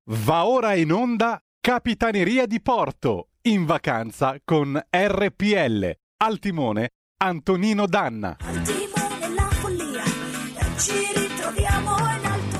Va ora in onda Capitaneria di Porto, in vacanza con RPL. Al timone Antonino Danna. Al timone la follia, ci ritroviamo in alto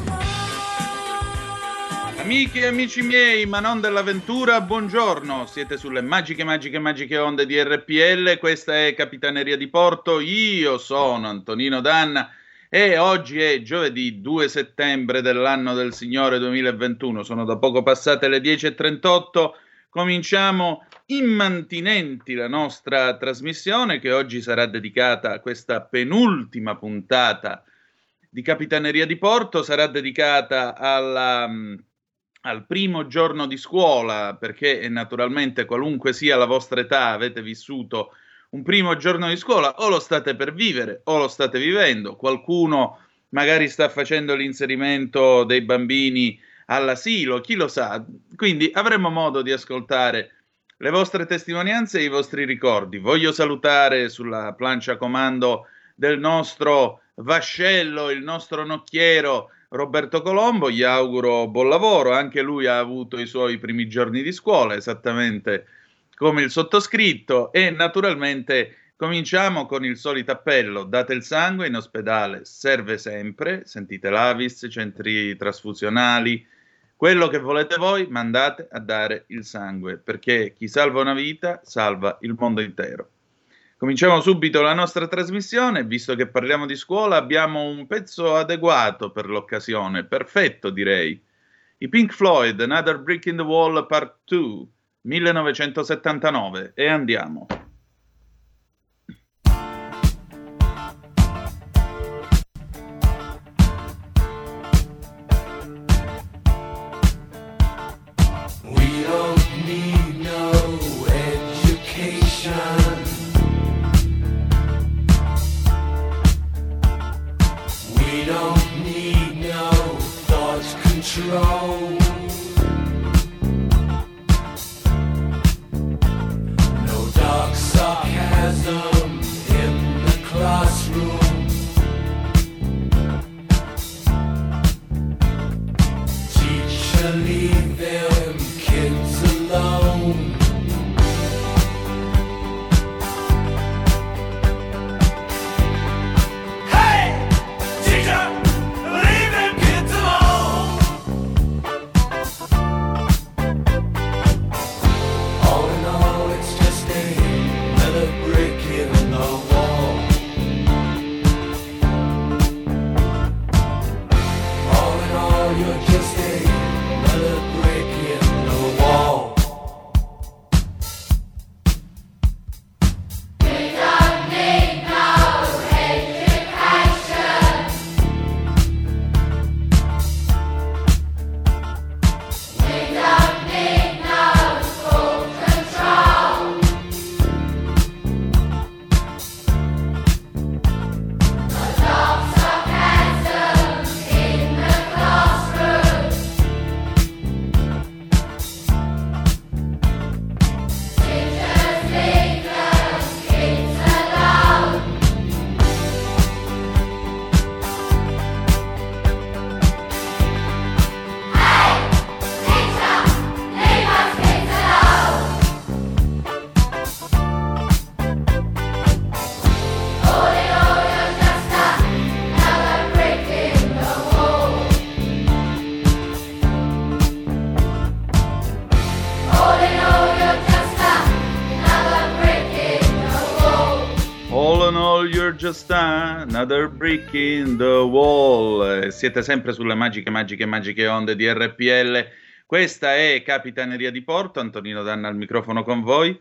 mare. Amiche e amici miei, ma non dell'avventura, buongiorno. Siete sulle magiche onde di RPL. Questa è Capitaneria di Porto. Io sono Antonino Danna. E oggi è giovedì 2 settembre dell'anno del Signore 2021, sono da poco passate le 10:38, cominciamo immantinenti la nostra trasmissione che oggi sarà dedicata a questa penultima puntata di Capitaneria di Porto, sarà dedicata al primo giorno di scuola, perché naturalmente qualunque sia la vostra età avete vissuto un primo giorno di scuola, o lo state per vivere o lo state vivendo. Qualcuno magari sta facendo l'inserimento dei bambini all'asilo, chi lo sa. Quindi avremo modo di ascoltare le vostre testimonianze e i vostri ricordi. Voglio salutare sulla plancia comando del nostro vascello, il nostro nocchiero Roberto Colombo, gli auguro buon lavoro, anche lui ha avuto i suoi primi giorni di scuola, esattamente come il sottoscritto, e naturalmente cominciamo con il solito appello: date il sangue, in ospedale serve sempre, sentite l'Avis, centri trasfusionali, quello che volete voi, mandate a dare il sangue, perché chi salva una vita salva il mondo intero. Cominciamo subito la nostra trasmissione, visto che parliamo di scuola abbiamo un pezzo adeguato per l'occasione, perfetto direi. I Pink Floyd, Another Brick in the Wall Part 2, 1979, e andiamo. We don't need no education. We don't need no thought control. Sarcasm in the classroom. Teacher, leave them kids alone. Hey, teacher, leave them kids alone. All in all, it's just another brick in the wall. All in all, you're just another brick in the wall. We don't need no education. We don't need no school control. All in all, you're just another brick in the wall. Siete sempre sulle magiche onde di RPL. Questa è Capitaneria di Porto, Antonino Danna al microfono con voi.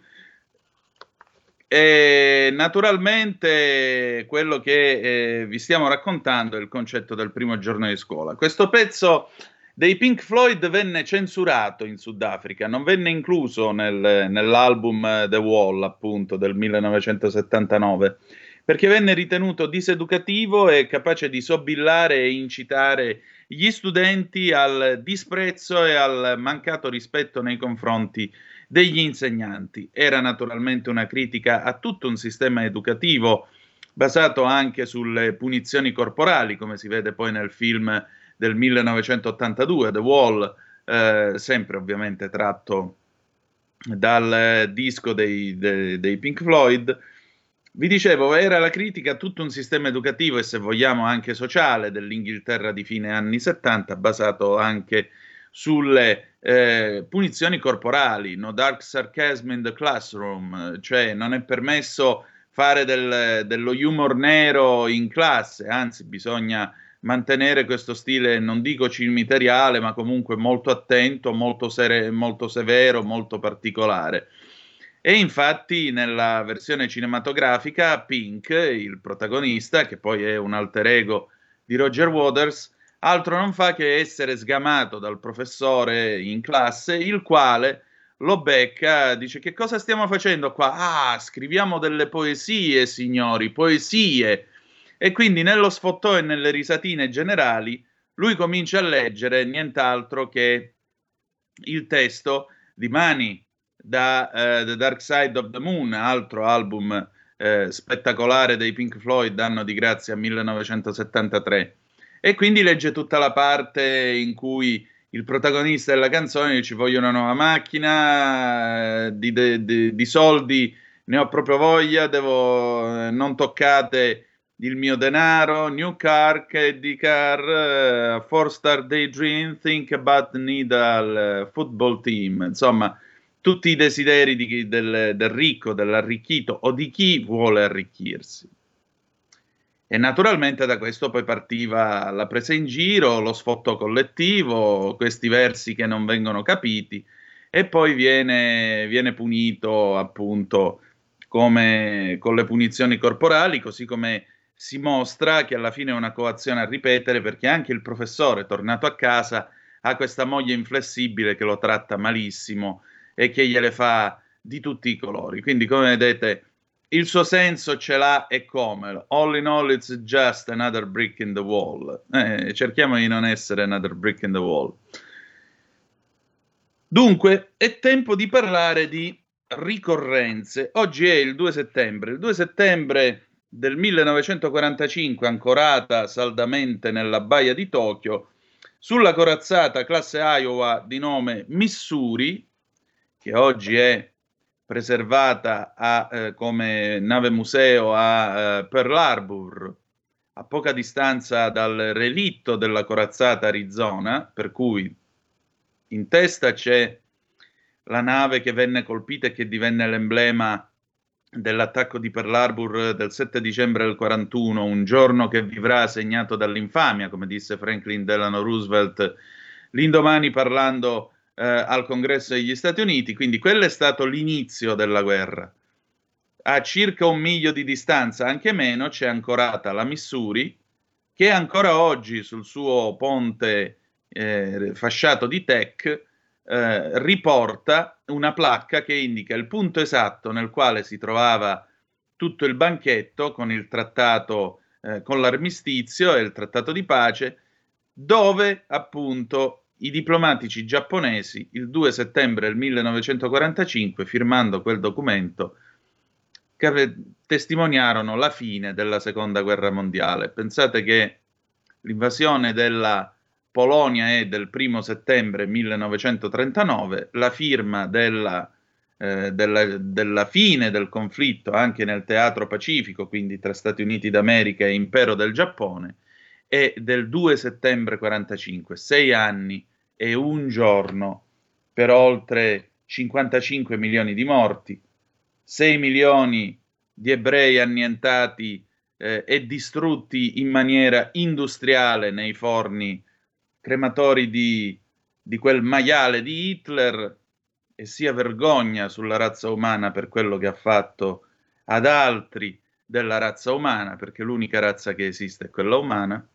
E naturalmente quello che vi stiamo raccontando è il concetto del primo giorno di scuola. Questo pezzo dei Pink Floyd venne censurato in Sudafrica, non venne incluso nell'album The Wall, appunto, del 1979, perché venne ritenuto diseducativo e capace di sobillare e incitare gli studenti al disprezzo e al mancato rispetto nei confronti degli insegnanti. Era naturalmente una critica a tutto un sistema educativo basato anche sulle punizioni corporali, come si vede poi nel film del 1982, The Wall, sempre ovviamente tratto dal disco dei Pink Floyd. Vi dicevo, era la critica a tutto un sistema educativo e se vogliamo anche sociale dell'Inghilterra di fine anni 70, basato anche sulle punizioni corporali, no dark sarcasm in the classroom, cioè non è permesso fare dello humor nero in classe, anzi bisogna mantenere questo stile, non dico cimiteriale, ma comunque molto attento, molto severo, molto particolare. E infatti nella versione cinematografica Pink, il protagonista, che poi è un alter ego di Roger Waters, altro non fa che essere sgamato dal professore in classe, il quale lo becca, dice: che cosa stiamo facendo qua? Ah, scriviamo delle poesie, signori, poesie. E quindi nello sfottò e nelle risatine generali lui comincia a leggere nient'altro che il testo di Mani da The Dark Side of the Moon, altro album spettacolare dei Pink Floyd, anno di grazia 1973. E quindi legge tutta la parte in cui il protagonista della canzone dice: voglio una nuova macchina, di soldi ne ho proprio voglia, non toccate il mio denaro, new car, caddy car, 4-star daydream, think about Nidal football team. Insomma, tutti i desideri del ricco, dell'arricchito o di chi vuole arricchirsi. E naturalmente da questo poi partiva la presa in giro, lo sfotto collettivo, questi versi che non vengono capiti, e poi viene punito appunto come con le punizioni corporali, così come si mostra che alla fine è una coazione a ripetere, perché anche il professore, tornato a casa, ha questa moglie inflessibile che lo tratta malissimo e che gliele fa di tutti i colori. Quindi, come vedete, il suo senso ce l'ha e come. All in all, it's just another brick in the wall. Cerchiamo di non essere another brick in the wall. Dunque, è tempo di parlare di ricorrenze. Oggi è il 2 settembre. Il 2 settembre del 1945, ancorata saldamente nella baia di Tokyo, sulla corazzata classe Iowa di nome Missouri, che oggi è preservata come nave museo a Pearl Harbor, a poca distanza dal relitto della corazzata Arizona, per cui in testa c'è la nave che venne colpita e che divenne l'emblema dell'attacco di Pearl Harbor del 7 dicembre del 41, un giorno che vivrà segnato dall'infamia, come disse Franklin Delano Roosevelt l'indomani parlando al Congresso degli Stati Uniti. Quindi quello è stato l'inizio della guerra. A circa 1 miglio di distanza, anche meno, c'è ancorata la Missouri, che ancora oggi sul suo ponte fasciato di teak riporta una placca che indica il punto esatto nel quale si trovava tutto il banchetto con il trattato, con l'armistizio e il trattato di pace, dove appunto i diplomatici giapponesi il 2 settembre del 1945, firmando quel documento, testimoniarono la fine della seconda guerra mondiale. Pensate che l'invasione della Polonia è del 1 settembre 1939, la firma della fine del conflitto anche nel teatro pacifico, quindi tra Stati Uniti d'America e Impero del Giappone, è del 2 settembre 45, 6 anni e un giorno per oltre 55 milioni di morti, 6 milioni di ebrei annientati e distrutti in maniera industriale nei forni crematori di quel maiale di Hitler, e sia vergogna sulla razza umana per quello che ha fatto ad altri della razza umana, perché l'unica razza che esiste è quella umana,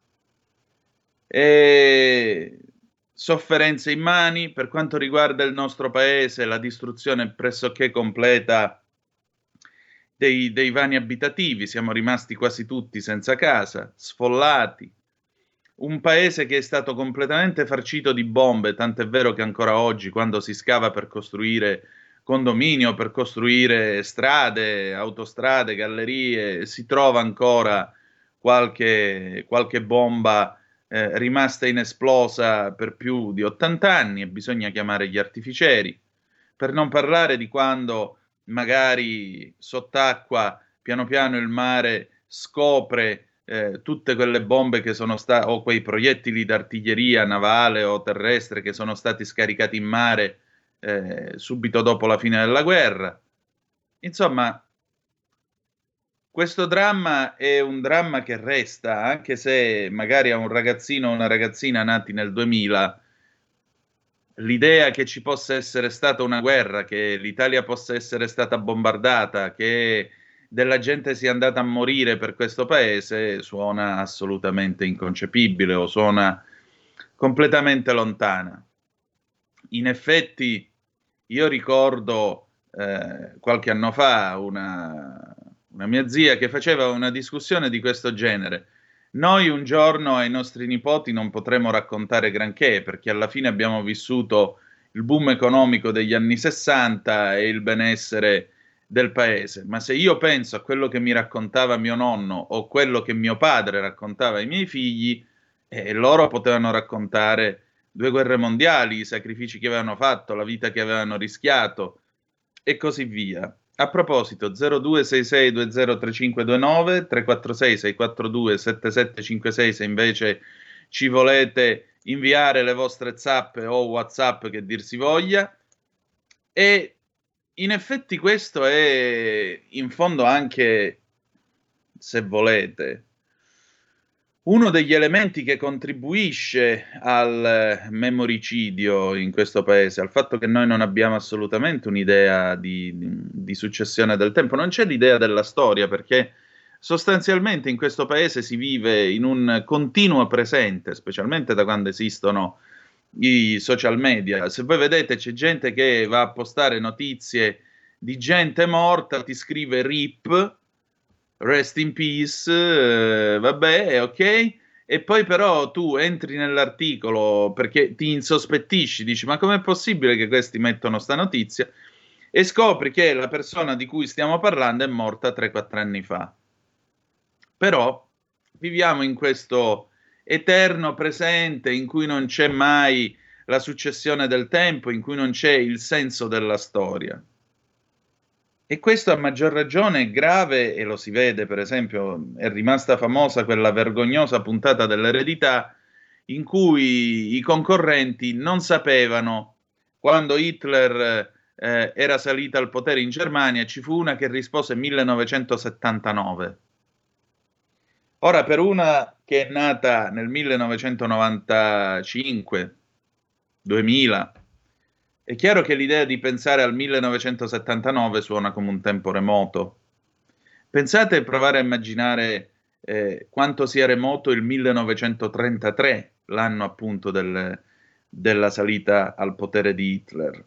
e sofferenze immani. Per quanto riguarda il nostro paese, la distruzione pressoché completa dei vani abitativi, siamo rimasti quasi tutti senza casa, sfollati. Un paese che è stato completamente farcito di bombe, tant'è vero che ancora oggi, quando si scava per costruire condomini o per costruire strade, autostrade, gallerie, si trova ancora qualche bomba rimasta inesplosa per più di 80 anni e bisogna chiamare gli artificieri, per non parlare di quando magari sott'acqua piano piano il mare scopre tutte quelle bombe che sono state, o quei proiettili d'artiglieria navale o terrestre che sono stati scaricati in mare subito dopo la fine della guerra. Insomma, questo dramma è un dramma che resta, anche se magari a un ragazzino o una ragazzina nati nel 2000, l'idea che ci possa essere stata una guerra, che l'Italia possa essere stata bombardata, che della gente sia andata a morire per questo paese, suona assolutamente inconcepibile o suona completamente lontana. In effetti, io ricordo qualche anno fa una mia zia che faceva una discussione di questo genere. Noi un giorno ai nostri nipoti non potremo raccontare granché, perché alla fine abbiamo vissuto il boom economico degli anni 60 e il benessere del paese. Ma se io penso a quello che mi raccontava mio nonno o quello che mio padre raccontava ai miei figli, loro potevano raccontare 2 guerre mondiali, i sacrifici che avevano fatto, la vita che avevano rischiato e così via. A proposito, 0266203529, 346-642-7756 se invece ci volete inviare le vostre zappe o WhatsApp che dir si voglia. E in effetti questo è in fondo anche, se volete, uno degli elementi che contribuisce al memoricidio in questo paese, al fatto che noi non abbiamo assolutamente un'idea di successione del tempo, non c'è l'idea della storia, perché sostanzialmente in questo paese si vive in un continuo presente, specialmente da quando esistono i social media. Se voi vedete, c'è gente che va a postare notizie di gente morta, ti scrive RIP, Rest in Peace, vabbè, ok, e poi però tu entri nell'articolo perché ti insospettisci, dici ma com'è possibile che questi mettono sta notizia, e scopri che la persona di cui stiamo parlando è morta 3-4 anni fa. Però viviamo in questo eterno presente in cui non c'è mai la successione del tempo, in cui non c'è il senso della storia. E questo a maggior ragione è grave, e lo si vede, per esempio, è rimasta famosa quella vergognosa puntata dell'Eredità in cui i concorrenti non sapevano, quando Hitler era salito al potere in Germania, ci fu una che rispose 1979. Ora, per una che è nata nel 1995, 2000, è chiaro che l'idea di pensare al 1979 suona come un tempo remoto. Pensate a provare a immaginare quanto sia remoto il 1933, l'anno appunto della salita al potere di Hitler.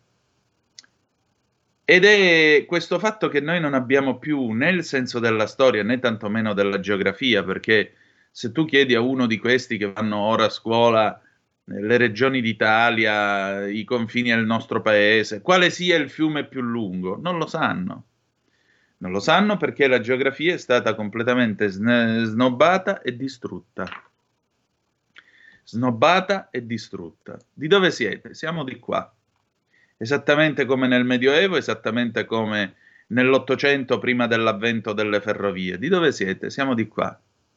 Ed è questo fatto che noi non abbiamo più né il senso della storia né tantomeno della geografia, perché se tu chiedi a uno di questi che vanno ora a scuola le regioni d'Italia, i confini del nostro paese, quale sia il fiume più lungo, non lo sanno. Non lo sanno perché la geografia è stata completamente snobbata e distrutta. Snobbata e distrutta. Di dove siete? Siamo di qua. Esattamente come nel Medioevo, esattamente come nell'Ottocento prima dell'avvento delle ferrovie. Di dove siete? Siamo di qua.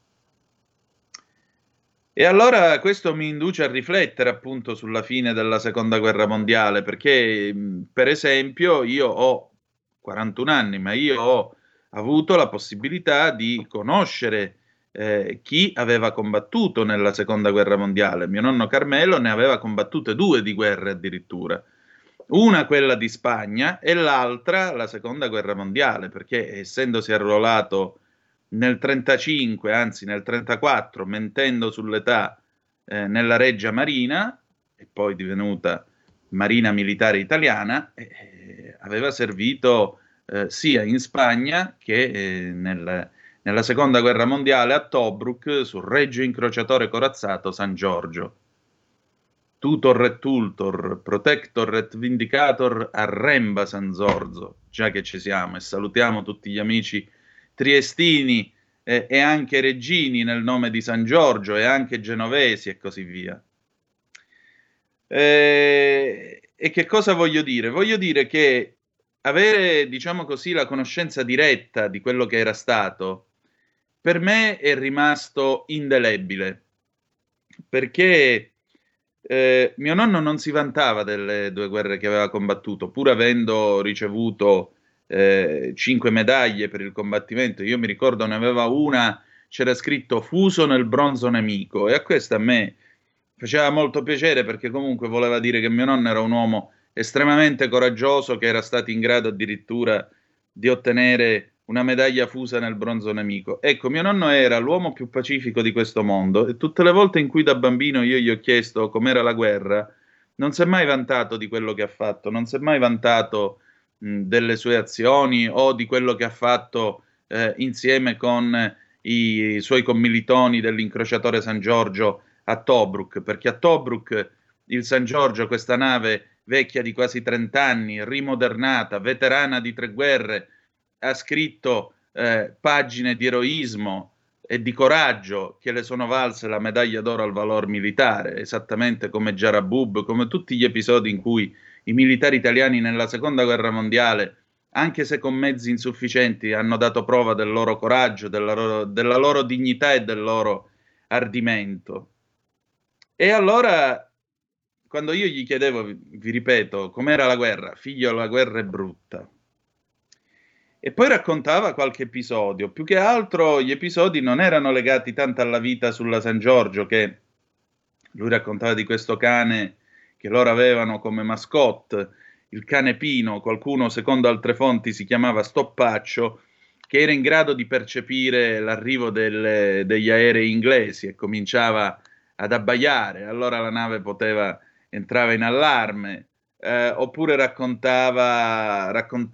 E allora questo mi induce a riflettere appunto sulla fine della Seconda Guerra Mondiale, perché per esempio io ho 41 anni, ma io ho avuto la possibilità di conoscere chi aveva combattuto nella Seconda Guerra Mondiale. Mio nonno Carmelo ne aveva combattute 2 di guerre addirittura. Una quella di Spagna e l'altra la Seconda Guerra Mondiale, perché essendosi arruolato nel 35, anzi nel 34, mentendo sull'età nella Regia Marina, e poi divenuta Marina Militare Italiana, aveva servito sia in Spagna che nella Seconda Guerra Mondiale a Tobruk sul Regio Incrociatore Corazzato San Giorgio. Tutor et Tultor, Protector et Vindicator a Remba San Zorzo, già che ci siamo, e salutiamo tutti gli amici triestini e anche reggini nel nome di San Giorgio, e anche genovesi e così via. E che cosa voglio dire? Voglio dire che avere, diciamo così, la conoscenza diretta di quello che era stato, per me è rimasto indelebile, perché mio nonno non si vantava delle 2 guerre che aveva combattuto, pur avendo ricevuto 5 medaglie per il combattimento. Io mi ricordo ne aveva una, c'era scritto fuso nel bronzo nemico, e a questo a me faceva molto piacere, perché comunque voleva dire che mio nonno era un uomo estremamente coraggioso, che era stato in grado addirittura di ottenere una medaglia fusa nel bronzo nemico. Ecco, mio nonno era l'uomo più pacifico di questo mondo, e tutte le volte in cui da bambino io gli ho chiesto com'era la guerra, non si è mai vantato di quello che ha fatto, non si è mai vantato delle sue azioni o di quello che ha fatto insieme con i suoi commilitoni dell'incrociatore San Giorgio a Tobruk, perché a Tobruk il San Giorgio, questa nave vecchia di quasi 30 anni, rimodernata, veterana di 3 guerre, ha scritto pagine di eroismo e di coraggio che le sono valse la medaglia d'oro al valor militare, esattamente come Jarabub, come tutti gli episodi in cui i militari italiani nella seconda guerra mondiale, anche se con mezzi insufficienti, hanno dato prova del loro coraggio, della loro dignità e del loro ardimento. E allora, quando io gli chiedevo, vi ripeto, com'era la guerra, figlio, la guerra è brutta. E poi raccontava qualche episodio. Più che altro gli episodi non erano legati tanto alla vita sulla San Giorgio, che lui raccontava di questo cane che loro avevano come mascotte, il cane Pino, qualcuno secondo altre fonti si chiamava Stoppaccio, che era in grado di percepire l'arrivo degli aerei inglesi e cominciava ad abbaiare, allora la nave entrava in allarme, oppure raccontava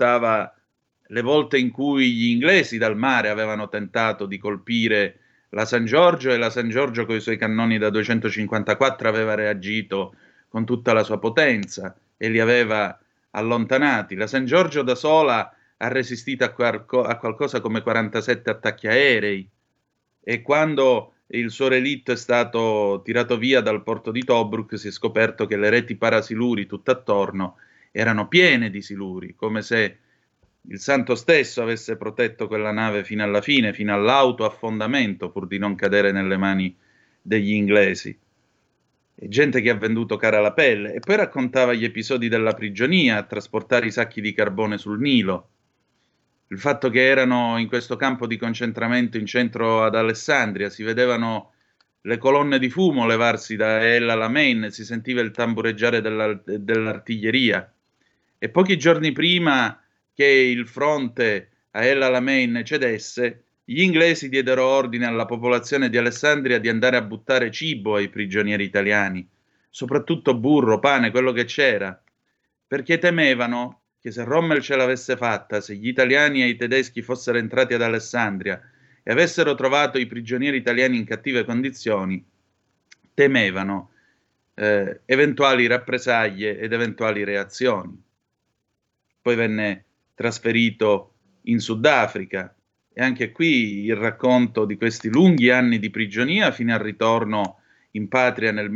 le volte in cui gli inglesi dal mare avevano tentato di colpire la San Giorgio, e la San Giorgio con i suoi cannoni da 254 aveva reagito con tutta la sua potenza e li aveva allontanati. La San Giorgio da sola ha resistito a qualcosa come 47 attacchi aerei, e quando il suo relitto è stato tirato via dal porto di Tobruk si è scoperto che le reti parasiluri tutt'attorno erano piene di siluri, come se il santo stesso avesse protetto quella nave fino alla fine, fino all'autoaffondamento, pur di non cadere nelle mani degli inglesi. E gente che ha venduto cara la pelle. E poi raccontava gli episodi della prigionia, a trasportare i sacchi di carbone sul Nilo, il fatto che erano in questo campo di concentramento in centro ad Alessandria, si vedevano le colonne di fumo levarsi da El Alamein, si sentiva il tambureggiare dell'artiglieria. E pochi giorni prima che il fronte a El Alamein cedesse, gli inglesi diedero ordine alla popolazione di Alessandria di andare a buttare cibo ai prigionieri italiani, soprattutto burro, pane, quello che c'era, perché temevano che se Rommel ce l'avesse fatta, se gli italiani e i tedeschi fossero entrati ad Alessandria e avessero trovato i prigionieri italiani in cattive condizioni, temevano eventuali rappresaglie ed eventuali reazioni. Poi venne trasferito in Sudafrica, e anche qui il racconto di questi lunghi anni di prigionia fino al ritorno in patria nel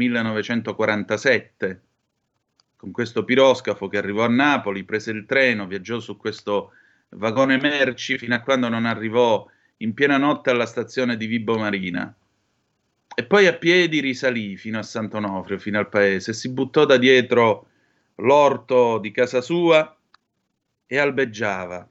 1947, con questo piroscafo che arrivò a Napoli, prese il treno, viaggiò su questo vagone merci fino a quando non arrivò in piena notte alla stazione di Vibo Marina, e poi a piedi risalì fino a Sant'Onofrio, fino al paese, si buttò da dietro l'orto di casa sua e albeggiava,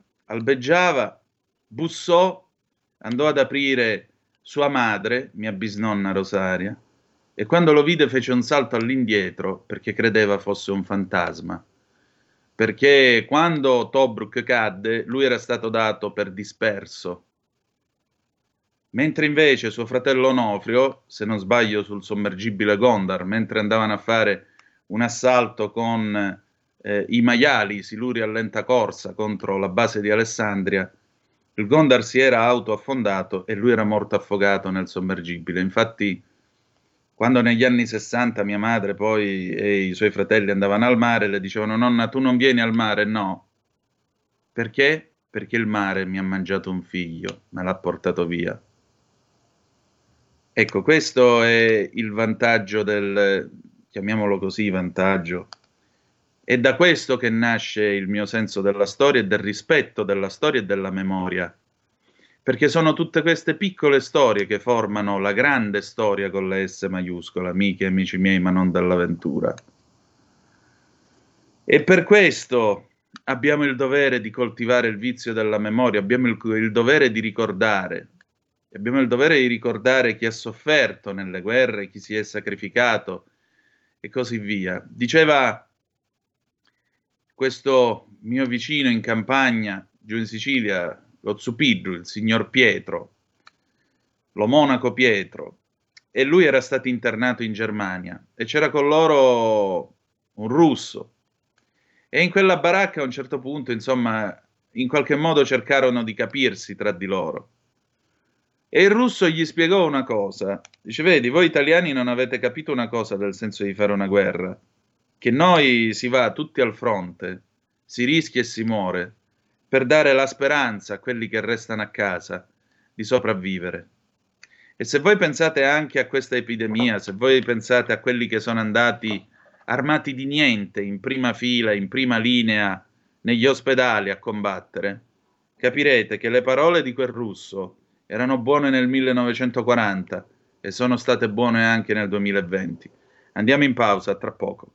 bussò, andò ad aprire sua madre, mia bisnonna Rosaria, e quando lo vide fece un salto all'indietro perché credeva fosse un fantasma, perché quando Tobruk cadde lui era stato dato per disperso, mentre invece suo fratello Onofrio, se non sbaglio sul sommergibile Gondar, mentre andavano a fare un assalto con i maiali, i siluri a lenta corsa contro la base di Alessandria, il Gondar si era autoaffondato e lui era morto affogato nel sommergibile. Infatti, quando negli anni 60 mia madre poi e i suoi fratelli andavano al mare, le dicevano: nonna, tu non vieni al mare? No. Perché? Perché il mare mi ha mangiato un figlio, me l'ha portato via. Ecco, questo è il vantaggio chiamiamolo così, vantaggio. È da questo che nasce il mio senso della storia e del rispetto della storia e della memoria. Perché sono tutte queste piccole storie che formano la grande storia con la S maiuscola, amiche e amici miei, ma non dell'avventura. E per questo abbiamo il dovere di coltivare il vizio della memoria, abbiamo il dovere di ricordare. Abbiamo il dovere di ricordare chi ha sofferto nelle guerre, chi si è sacrificato e così via. Diceva questo mio vicino in campagna, giù in Sicilia, lo Zupiddu, il signor Pietro, lo monaco Pietro, e lui era stato internato in Germania e c'era con loro un russo. E in quella baracca a un certo punto, insomma, in qualche modo cercarono di capirsi tra di loro. E il russo gli spiegò una cosa. Dice, vedi, voi italiani non avete capito una cosa del senso di fare una guerra. Che noi si va tutti al fronte, si rischia e si muore, per dare la speranza a quelli che restano a casa di sopravvivere. E se voi pensate anche a questa epidemia, se voi pensate a quelli che sono andati armati di niente, in prima fila, in prima linea, negli ospedali a combattere, capirete che le parole di quel russo erano buone nel 1940 e sono state buone anche nel 2020. Andiamo in pausa, tra poco.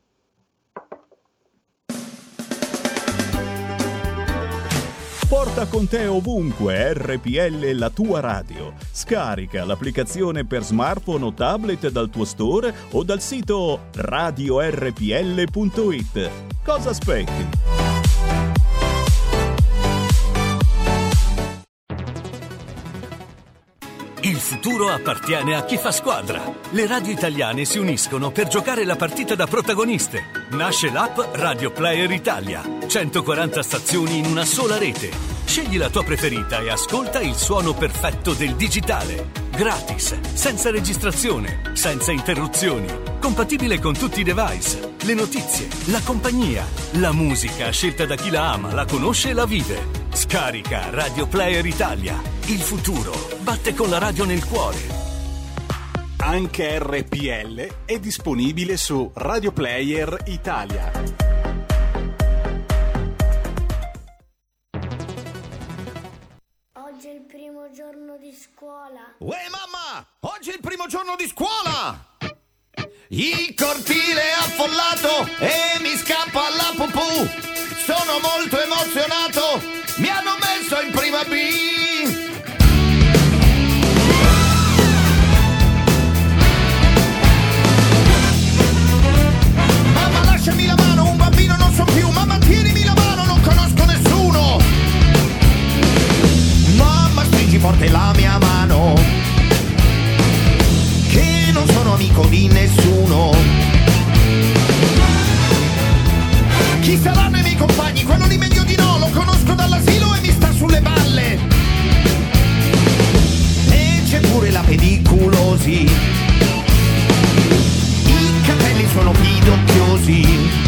Porta con te ovunque RPL, la tua radio. Scarica l'applicazione per smartphone o tablet dal tuo store o dal sito radiorpl.it. Cosa aspetti? Il futuro appartiene a chi fa squadra. Le radio italiane si uniscono per giocare la partita da protagoniste. Nasce l'app Radio Player Italia. 140 stazioni in una sola rete. Scegli la tua preferita e ascolta il suono perfetto del digitale. Gratis, senza registrazione, senza interruzioni. Compatibile con tutti i device. Le notizie, la compagnia, la musica scelta da chi la ama, la conosce e la vive. Scarica Radio Player Italia. Il futuro batte con la radio nel cuore. Anche RPL è disponibile su Radio Player Italia. Oggi è il primo giorno di scuola. Uè mamma, oggi è il primo giorno di scuola! Il cortile è affollato e mi scappa la pupù. Sono molto emozionato, mi hanno messo in prima B. Mamma lasciami la mano, un bambino non so più. Mamma tienimi la mano, non conosco nessuno. Mamma stringi forte la mia mano, che non sono amico di nessuno. Chi saranno i miei compagni? Quello lì meglio di no, lo conosco dall'asilo e mi sta sulle balle. E c'è pure la pediculosi, i capelli sono pidocchiosi.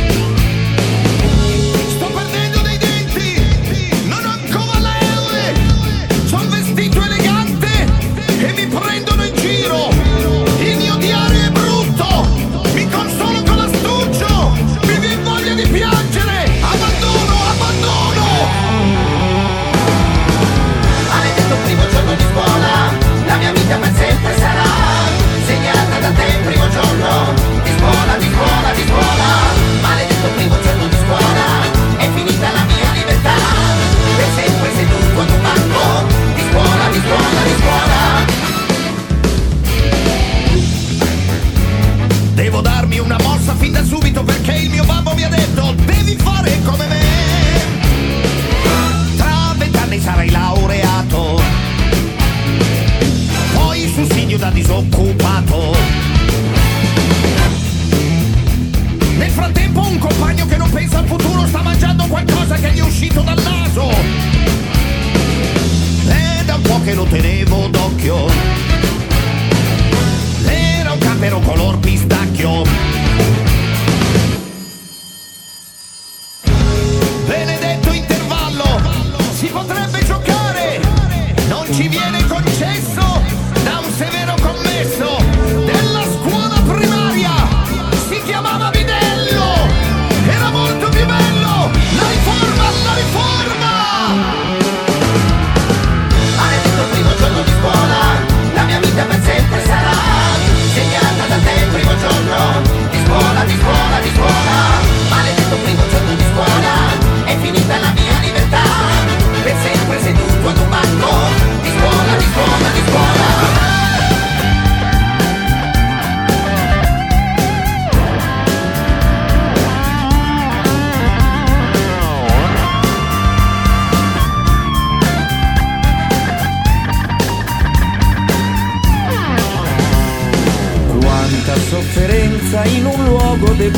Sto perdendo dei denti, non ho ancora la R. C'ho il vestito elegante e mi prendono in giro. Il mio diario è brutto, mi consolo con l'astuccio. Mi viene voglia di piangere, abbandono. Maledetto primo giorno di scuola, la mia vita per sempre sarà segnata da te il primo giorno di scuola.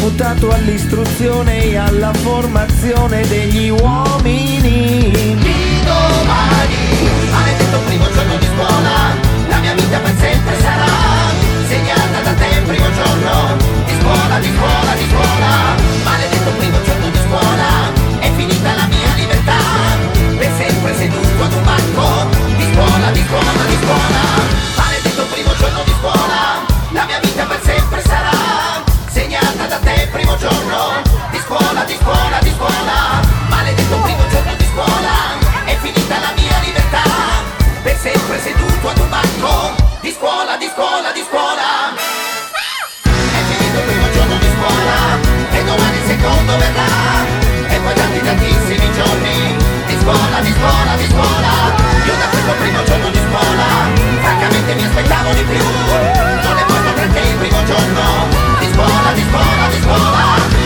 deputato all'istruzione e alla formazione degli uomini. Di domani, maledetto primo giorno di scuola, la mia vita per sempre sarà segnata da te il primo giorno di scuola, di scuola, di scuola. Maledetto primo giorno di scuola, è finita la mia libertà, per sempre seduto ad un banco di scuola, di scuola, di scuola. Maledetto primo giorno di scuola, la mia vita per sempre sarà segnata da te il primo giorno di scuola, di scuola, di scuola. Maledetto primo giorno di scuola, è finita la mia libertà, per sempre seduto ad un banco di scuola, di scuola, di scuola. È finito il primo giorno di scuola e domani il secondo verrà, e poi tanti tantissimi giorni di scuola, di scuola, di scuola. Io da questo primo giorno di scuola francamente mi aspettavo di più, non è posto perché il primo giorno di scuola, di scuola, di scuola.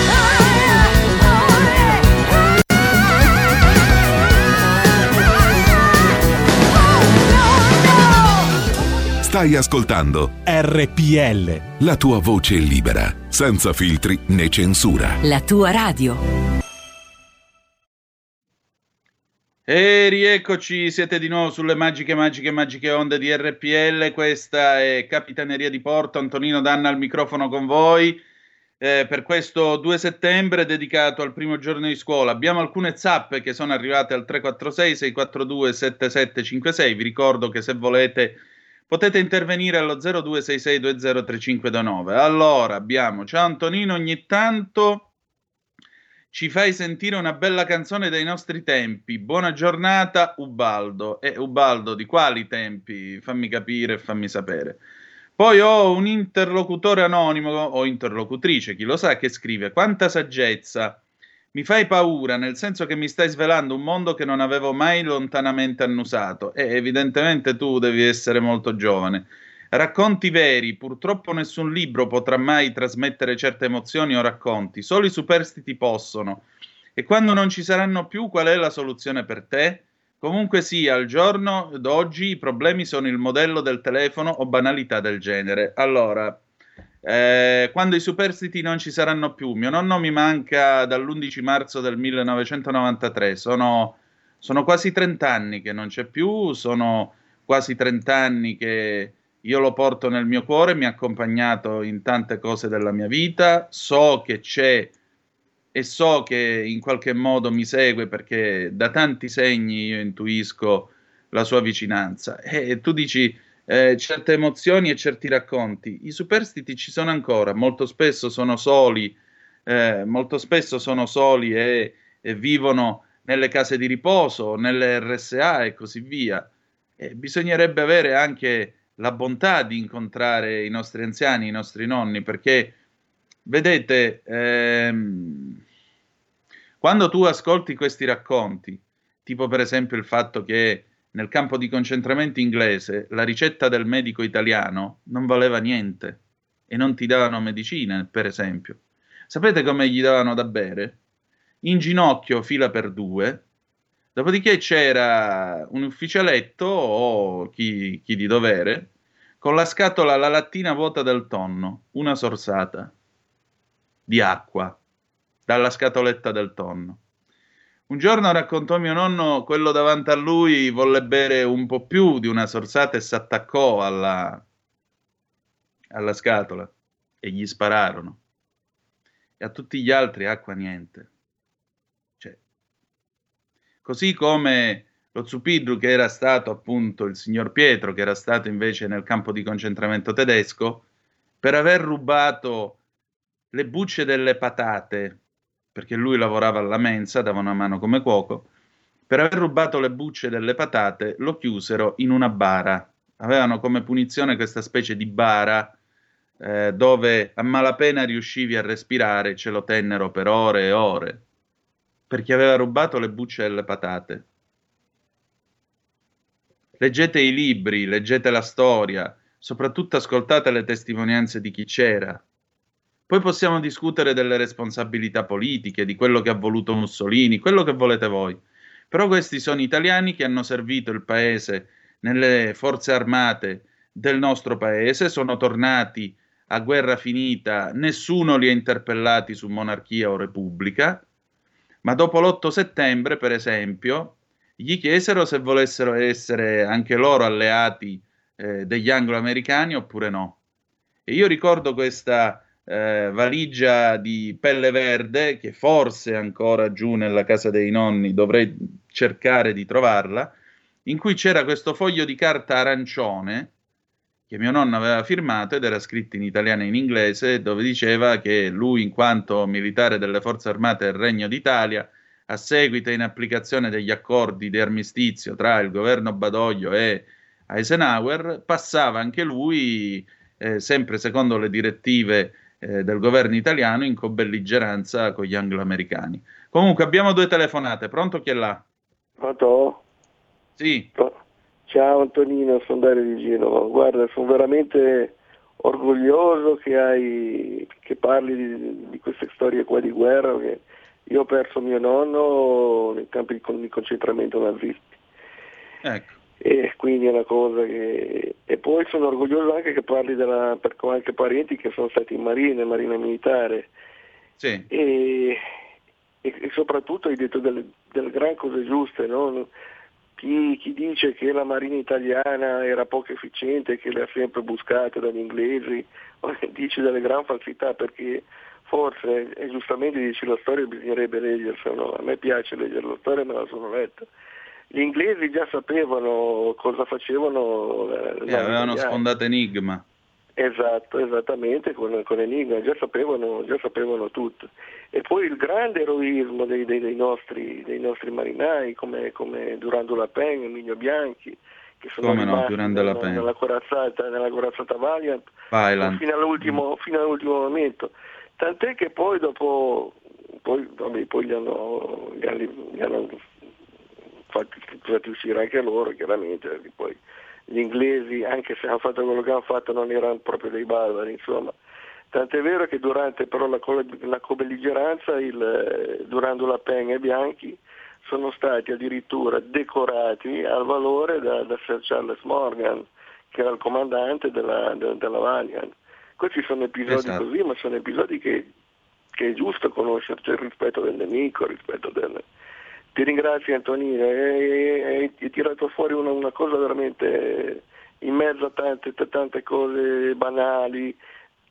Stai ascoltando RPL. la tua voce libera, senza filtri né censura. La tua radio. E rieccoci, siete di nuovo sulle magiche onde di RPL. Questa è Capitaneria di Porto, Antonino Danna al microfono con voi. Per questo 2 settembre dedicato al primo giorno di scuola abbiamo alcune zappe che sono arrivate al 346-642-7756. Vi ricordo che se volete potete intervenire allo 0266203529. Allora abbiamo: ciao Antonino, ogni tanto ci fai sentire una bella canzone dei nostri tempi. Buona giornata, Ubaldo. Ubaldo, di quali tempi? Fammi capire e fammi sapere. Poi ho un interlocutore anonimo, o interlocutrice, chi lo sa, che scrive: quanta saggezza, mi fai paura, nel senso che mi stai svelando un mondo che non avevo mai lontanamente annusato. E evidentemente tu devi essere molto giovane. Racconti veri, purtroppo nessun libro potrà mai trasmettere certe emozioni o racconti, solo i superstiti possono. E quando non ci saranno più, qual è la soluzione per te? Comunque sia, al giorno d'oggi i problemi sono il modello del telefono o banalità del genere. Allora, quando i superstiti non ci saranno più, mio nonno mi manca dall'11 marzo del 1993, sono quasi 30 anni che non c'è più, sono quasi 30 anni che io lo porto nel mio cuore, mi ha accompagnato in tante cose della mia vita, so che c'è e so che in qualche modo mi segue perché da tanti segni io intuisco la sua vicinanza. E tu dici certe emozioni e certi racconti, i superstiti ci sono ancora, molto spesso sono soli e vivono nelle case di riposo, nelle RSA e così via. E bisognerebbe avere anche la bontà di incontrare i nostri anziani, i nostri nonni, perché vedete, quando tu ascolti questi racconti, tipo per esempio il fatto che nel campo di concentramento inglese la ricetta del medico italiano non valeva niente e non ti davano medicine, per esempio. Sapete come gli davano da bere? In ginocchio, fila per 2, dopodiché c'era un ufficialetto o chi di dovere con la scatola, la lattina vuota del tonno, una sorsata di acqua dalla scatoletta del tonno. Un giorno raccontò mio nonno, quello davanti a lui volle bere un po' più di una sorsata e si attaccò alla scatola e gli spararono. E a tutti gli altri acqua niente. Così come lo Zupiddu, che era stato appunto il signor Pietro, che era stato invece nel campo di concentramento tedesco, per aver rubato le bucce delle patate, perché lui lavorava alla mensa, dava una mano come cuoco, per aver rubato le bucce delle patate lo chiusero in una bara. Avevano come punizione questa specie di bara dove a malapena riuscivi a respirare, ce lo tennero per ore e ore, perché aveva rubato le bucce delle patate. Leggete i libri, leggete la storia, soprattutto ascoltate le testimonianze di chi c'era. Poi possiamo discutere delle responsabilità politiche, di quello che ha voluto Mussolini, quello che volete voi. Però questi sono italiani che hanno servito il paese nelle forze armate del nostro paese, sono tornati a guerra finita nessuno li ha interpellati su monarchia o repubblica, ma dopo l'8 settembre, per esempio, gli chiesero se volessero essere anche loro alleati degli anglo-americani oppure no. E io ricordo questa valigia di pelle verde, che forse è ancora giù nella casa dei nonni, dovrei cercare di trovarla, in cui c'era questo foglio di carta arancione che mio nonno aveva firmato ed era scritto in italiano e in inglese, dove diceva che lui, in quanto militare delle forze armate del Regno d'Italia, a seguito e in applicazione degli accordi di armistizio tra il governo Badoglio e Eisenhower, passava anche lui, sempre secondo le direttive del governo italiano, in cobbelligeranza con gli anglo-americani. Comunque abbiamo 2 telefonate. Pronto, chi è là? Pronto? Sì. Ciao Antonino, sono Dario di Genova. Guarda, sono veramente orgoglioso che parli di queste storie qua di guerra, perché io ho perso mio nonno nei campi di concentramento nazisti. Ecco. E quindi è una cosa che... E poi sono orgoglioso anche che parli perché ho anche parenti che sono stati in marina militare. Sì. E soprattutto hai detto delle gran cose giuste, no? Chi dice che la marina italiana era poco efficiente, che le ha sempre buscate dagli inglesi, dice delle gran falsità, perché forse, e giustamente dici, la storia bisognerebbe leggersela, no? A me piace leggere la storia, me la sono letta. Gli inglesi già sapevano cosa facevano. Avevano sfondato Enigma. Esatto, esattamente, con Enigma già sapevano tutto. E poi il grande eroismo dei nostri marinai, come Durand de la Penne, Emilio Bianchi, che sono rimasti nella corazzata Valiant. Fino all'ultimo momento. Tant'è che poi gli hanno fatti uscire anche loro, chiaramente, perché poi gli inglesi, anche se hanno fatto quello che hanno fatto, non erano proprio dei barbari, insomma. Tant'è vero che durante però la cobelligeranza Durand de la Penne e Bianchi sono stati addirittura decorati al valore da Sir Charles Morgan, che era il comandante della Valiant. Questi sono episodi così, ma sono episodi che è giusto conoscere, cioè il rispetto del nemico, il rispetto del... Ti ringrazio Antonino, hai tirato fuori una cosa veramente in mezzo a tante cose banali,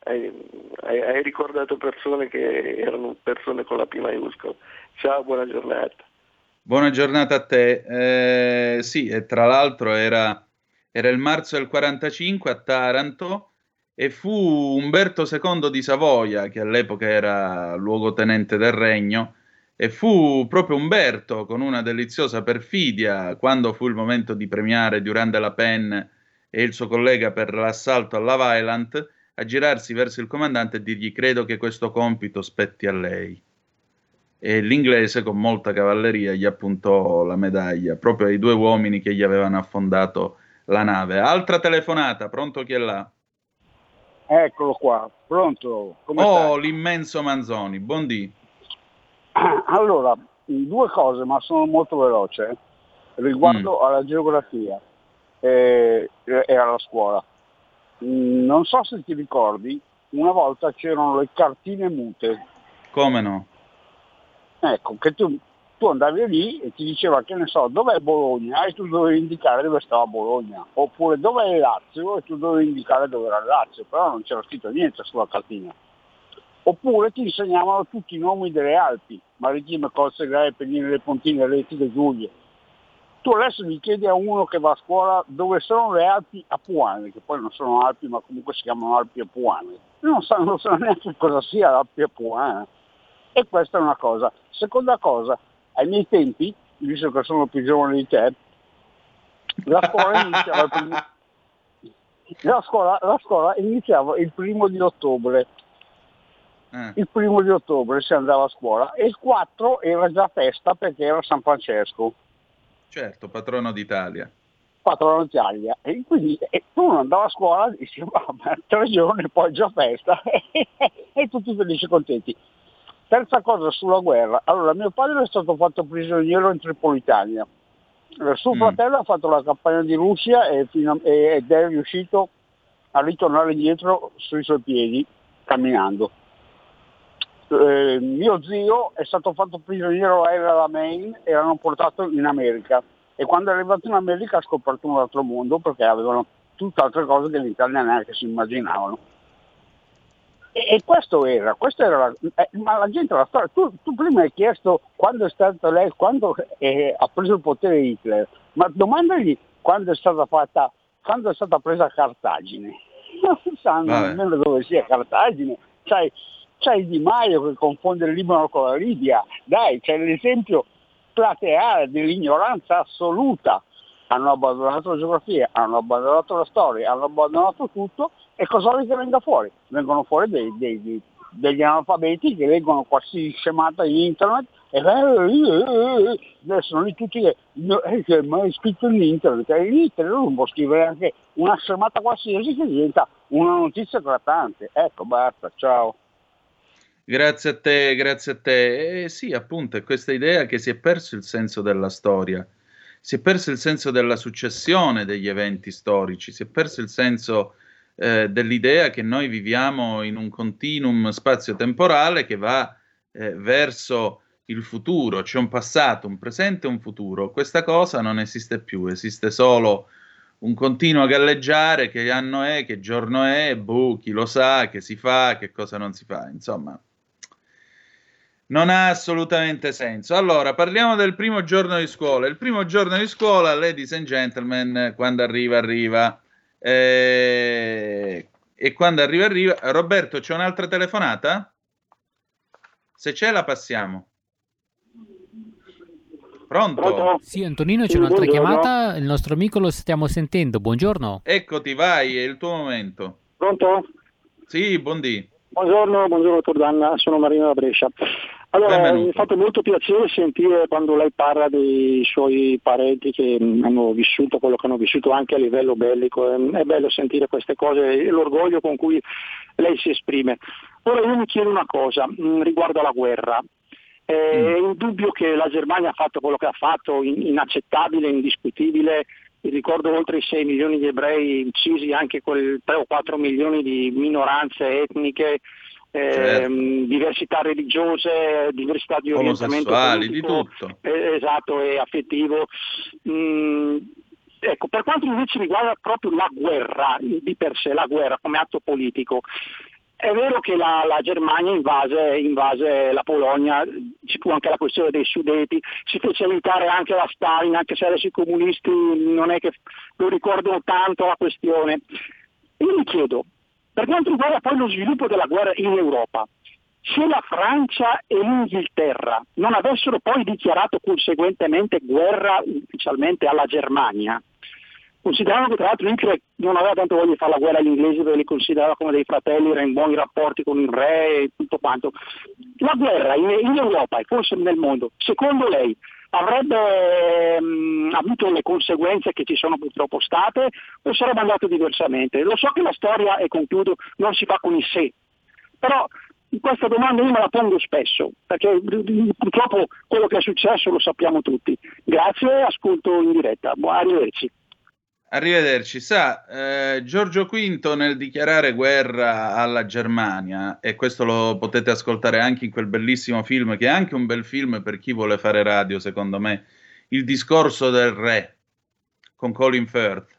hai ricordato persone che erano persone con la P maiuscola. Ciao, buona giornata. Buona giornata a te. Sì, e tra l'altro era il marzo del 45 a Taranto e fu Umberto II di Savoia, che all'epoca era luogotenente del regno, e fu proprio Umberto, con una deliziosa perfidia, quando fu il momento di premiare Durand de la Penne e il suo collega per l'assalto alla Valiant, a girarsi verso il comandante e dirgli: credo che questo compito spetti a lei. E l'inglese, con molta cavalleria, gli appuntò la medaglia proprio ai 2 uomini che gli avevano affondato la nave. Altra telefonata, pronto, chi è là? Eccolo qua, pronto? Come stai? L'immenso Manzoni, buondì. Allora, 2 cose, ma sono molto veloce, riguardo alla geografia e alla scuola. Non so se ti ricordi, una volta c'erano le cartine mute. Come no? Ecco, che tu andavi lì e ti diceva, che ne so, dov'è Bologna? E tu dovevi indicare dove stava Bologna. Oppure dov'è il Lazio? E tu dovevi indicare dove era il Lazio, però non c'era scritto niente sulla cartina. Oppure ti insegnavano tutti i nomi delle Alpi, Marittime, Corse Greche, Pennine, Le Pontine, Reti, Le Giulie. Tu adesso gli chiedi a uno che va a scuola dove sono le Alpi Apuane, che poi non sono Alpi, ma comunque si chiamano Alpi Apuane. Non sanno neanche cosa sia l'Alpi Apuane. E questa è una cosa. Seconda cosa, ai miei tempi, visto che sono più giovane di te, la scuola iniziava il 1° ottobre. Il 1° ottobre si andava a scuola e il 4 era già festa perché era San Francesco. Certo, patrono d'Italia. Patrono d'Italia. E quindi uno andava a scuola e diceva, 3 giorni poi già festa e tutti felici e contenti. Terza cosa sulla guerra. Allora, mio padre è stato fatto prigioniero in Tripolitania. Suo fratello ha fatto la campagna di Russia ed è riuscito a ritornare indietro sui suoi piedi, camminando. Mio zio è stato fatto prigioniero aereo da Maine e l'hanno portato in America, e quando è arrivato in America ha scoperto un altro mondo, perché avevano tutt'altre cose che l'Italia neanche si immaginavano. E questo era ma la gente, la storia, tu prima hai chiesto quando è stato lei, quando ha preso il potere Hitler, ma domandagli quando è stata presa Cartagine. Non sanno nemmeno dove sia Cartagine. C'hai Di Maio che confonde il Libano con la Libia, dai, c'è l'esempio plateale dell'ignoranza assoluta. Hanno abbandonato la geografia, hanno abbandonato la storia, hanno abbandonato tutto, e cosa vuoi che venga fuori? Vengono fuori degli analfabeti che leggono qualsiasi scemata in internet e adesso sono lì tutti che mai scritto in internet, e in internet non può scrivere anche una scemata qualsiasi che diventa una notizia eclatante. Ecco, basta, ciao. Grazie a te, grazie a te. Sì, appunto, è questa idea che si è perso il senso della storia, si è perso il senso della successione degli eventi storici, si è perso il senso dell'idea che noi viviamo in un continuum spazio-temporale che va verso il futuro, c'è un passato, un presente e un futuro. Questa cosa non esiste più, esiste solo un continuo galleggiare, che anno è, che giorno è, chi lo sa, che si fa, che cosa non si fa, insomma. Non ha assolutamente senso. Allora, parliamo del primo giorno di scuola. Il primo giorno di scuola, ladies and gentlemen, quando arriva. E quando arriva. Roberto, c'è un'altra telefonata? Se c'è, la passiamo. Pronto? Sì, Antonino, c'è un'altra chiamata. Il nostro amico lo stiamo sentendo. Buongiorno. Eccoti, vai, è il tuo momento. Pronto? Sì, buondì. Buongiorno, dottor Danna, sono Marino da Brescia. Allora, mi ha fatto molto piacere sentire quando lei parla dei suoi parenti che hanno vissuto quello che hanno vissuto anche a livello bellico. È bello sentire queste cose e l'orgoglio con cui lei si esprime. Ora io mi chiedo una cosa riguardo alla guerra. È indubbio che la Germania ha fatto quello che ha fatto, inaccettabile, indiscutibile. Ricordo oltre i 6 milioni di ebrei uccisi, anche quel 3 o 4 milioni di minoranze etniche, diversità religiose, diversità di orientamento politico, di tutto. Esatto, e affettivo. Ecco, per quanto invece riguarda proprio la guerra di per sé, la guerra come atto politico, è vero che la Germania invase la Polonia, ci fu anche la questione dei Sudeti, si fece aiutare anche da Stalin, anche se adesso i comunisti non è che lo ricordano tanto la questione. Io mi chiedo, per quanto riguarda poi lo sviluppo della guerra in Europa, se la Francia e l'Inghilterra non avessero poi dichiarato conseguentemente guerra ufficialmente alla Germania, considerando che tra l'altro Hitler non aveva tanto voglia di fare la guerra agli inglesi perché li considerava come dei fratelli, era in buoni rapporti con il re e tutto quanto, la guerra in Europa e forse nel mondo, secondo lei avrebbe avuto le conseguenze che ci sono purtroppo state o sarebbe andato diversamente? Lo so che la storia, e concludo, non si fa con i sé, però questa domanda io me la pongo spesso, perché purtroppo quello che è successo lo sappiamo tutti. Grazie, ascolto in diretta. Arrivederci. Arrivederci. Giorgio V nel dichiarare guerra alla Germania, e questo lo potete ascoltare anche in quel bellissimo film, che è anche un bel film per chi vuole fare radio, secondo me, Il discorso del re, con Colin Firth.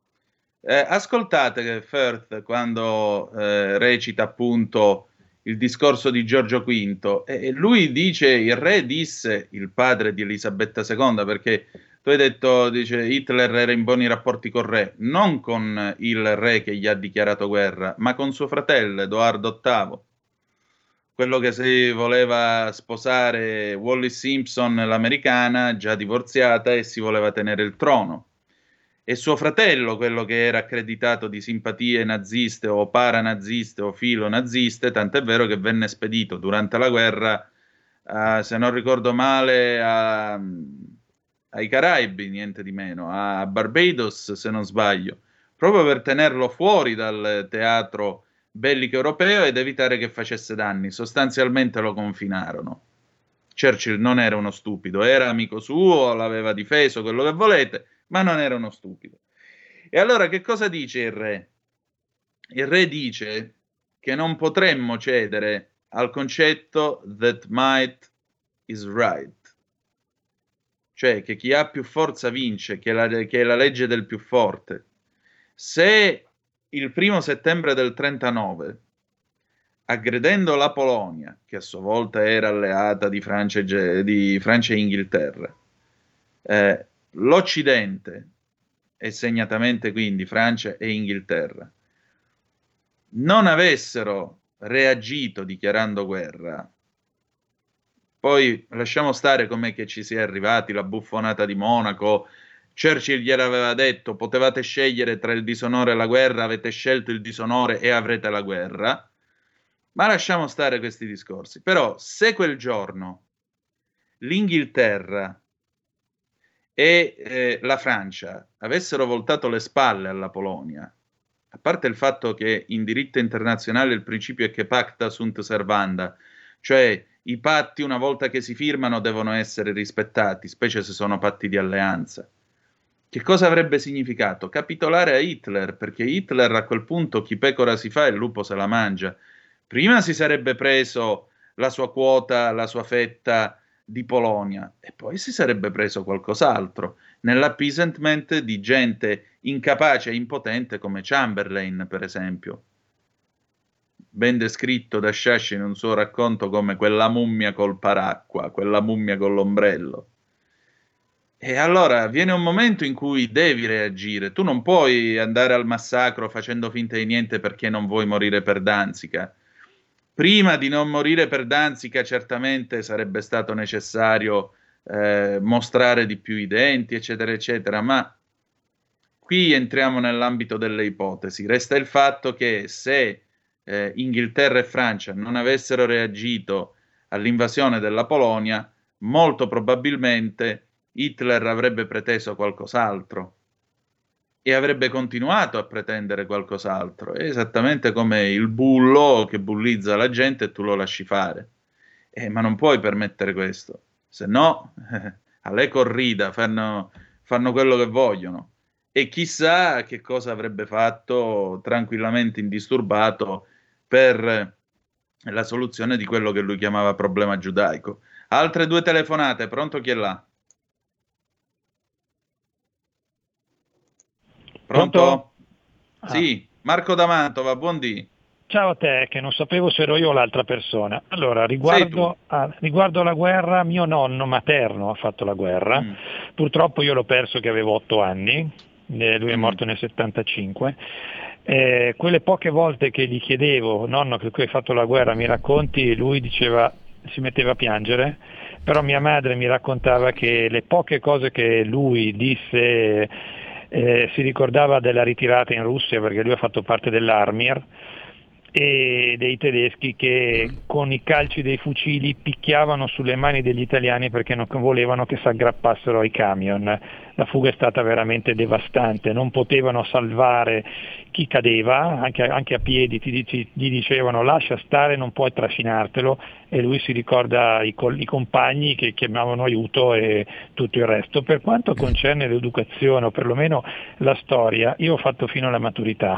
Ascoltate Firth quando recita appunto il discorso di Giorgio V, e lui dice: il re disse, il padre di Elisabetta II, perché tu hai detto, dice, Hitler era in buoni rapporti col re, non con il re che gli ha dichiarato guerra, ma con suo fratello Edoardo VIII, quello che si voleva sposare Wallis Simpson, l'americana, già divorziata, e si voleva tenere il trono. E suo fratello, quello che era accreditato di simpatie naziste o paranaziste o filonaziste, tant'è vero che venne spedito durante la guerra, se non ricordo male, ai Caraibi, niente di meno, a Barbados, se non sbaglio, proprio per tenerlo fuori dal teatro bellico europeo ed evitare che facesse danni. Sostanzialmente lo confinarono. Churchill non era uno stupido, era amico suo, l'aveva difeso, quello che volete, ma non era uno stupido. E allora che cosa dice il re? il re dice che non potremmo cedere al concetto that might is right, cioè che chi ha più forza vince, che è la legge del più forte. Se il 1° settembre del 39, aggredendo la Polonia, che a sua volta era alleata di Francia e Inghilterra, l'Occidente, e segnatamente quindi Francia e Inghilterra, non avessero reagito dichiarando guerra, poi lasciamo stare com'è che ci si è arrivati, la buffonata di Monaco, Churchill gliel'aveva detto, potevate scegliere tra il disonore e la guerra, avete scelto il disonore e avrete la guerra, ma lasciamo stare questi discorsi. Però se quel giorno l'Inghilterra e la Francia avessero voltato le spalle alla Polonia, a parte il fatto che in diritto internazionale il principio è che pacta sunt servanda, cioè i patti una volta che si firmano devono essere rispettati, specie se sono patti di alleanza. Che cosa avrebbe significato? Capitolare a Hitler, perché Hitler a quel punto chi pecora si fa e il lupo se la mangia. Prima si sarebbe preso la sua quota, la sua fetta di Polonia e poi si sarebbe preso qualcos'altro nell'appeasement di gente incapace e impotente come Chamberlain, per esempio, ben descritto da Sciascia in un suo racconto come quella mummia col paracqua, quella mummia con l'ombrello. E allora viene un momento in cui devi reagire, tu non puoi andare al massacro facendo finta di niente perché non vuoi morire per Danzica. Prima di non morire per Danzica certamente sarebbe stato necessario mostrare di più i denti, eccetera, eccetera, ma qui entriamo nell'ambito delle ipotesi. Resta il fatto che se Inghilterra e Francia non avessero reagito all'invasione della Polonia, molto probabilmente Hitler avrebbe preteso qualcos'altro e avrebbe continuato a pretendere qualcos'altro, è esattamente come il bullo che bullizza la gente e tu lo lasci fare. Ma non puoi permettere questo, se no alle corrida fanno quello che vogliono. E chissà che cosa avrebbe fatto tranquillamente indisturbato per la soluzione di quello che lui chiamava problema giudaico. Altre 2 telefonate, pronto, chi è là? Pronto? Sì, Marco da Mantova, buondì. Ciao a te, che non sapevo se ero io o l'altra persona. Allora, riguardo alla guerra, mio nonno materno ha fatto la guerra, purtroppo io l'ho perso che avevo 8 anni, lui è morto nel 75. Quelle poche volte che gli chiedevo, nonno, che tu hai fatto la guerra, mi racconti, lui diceva, si metteva a piangere, però mia madre mi raccontava che le poche cose che lui disse, si ricordava della ritirata in Russia, perché lui ha fatto parte dell'Armir, e dei tedeschi che con i calci dei fucili picchiavano sulle mani degli italiani perché non volevano che si aggrappassero ai camion. La fuga è stata veramente devastante, non potevano salvare chi cadeva, anche a piedi gli dicevano lascia stare, non puoi trascinartelo, e lui si ricorda i compagni che chiamavano aiuto e tutto il resto. Per quanto concerne l'educazione, o perlomeno la storia, io ho fatto fino alla maturità.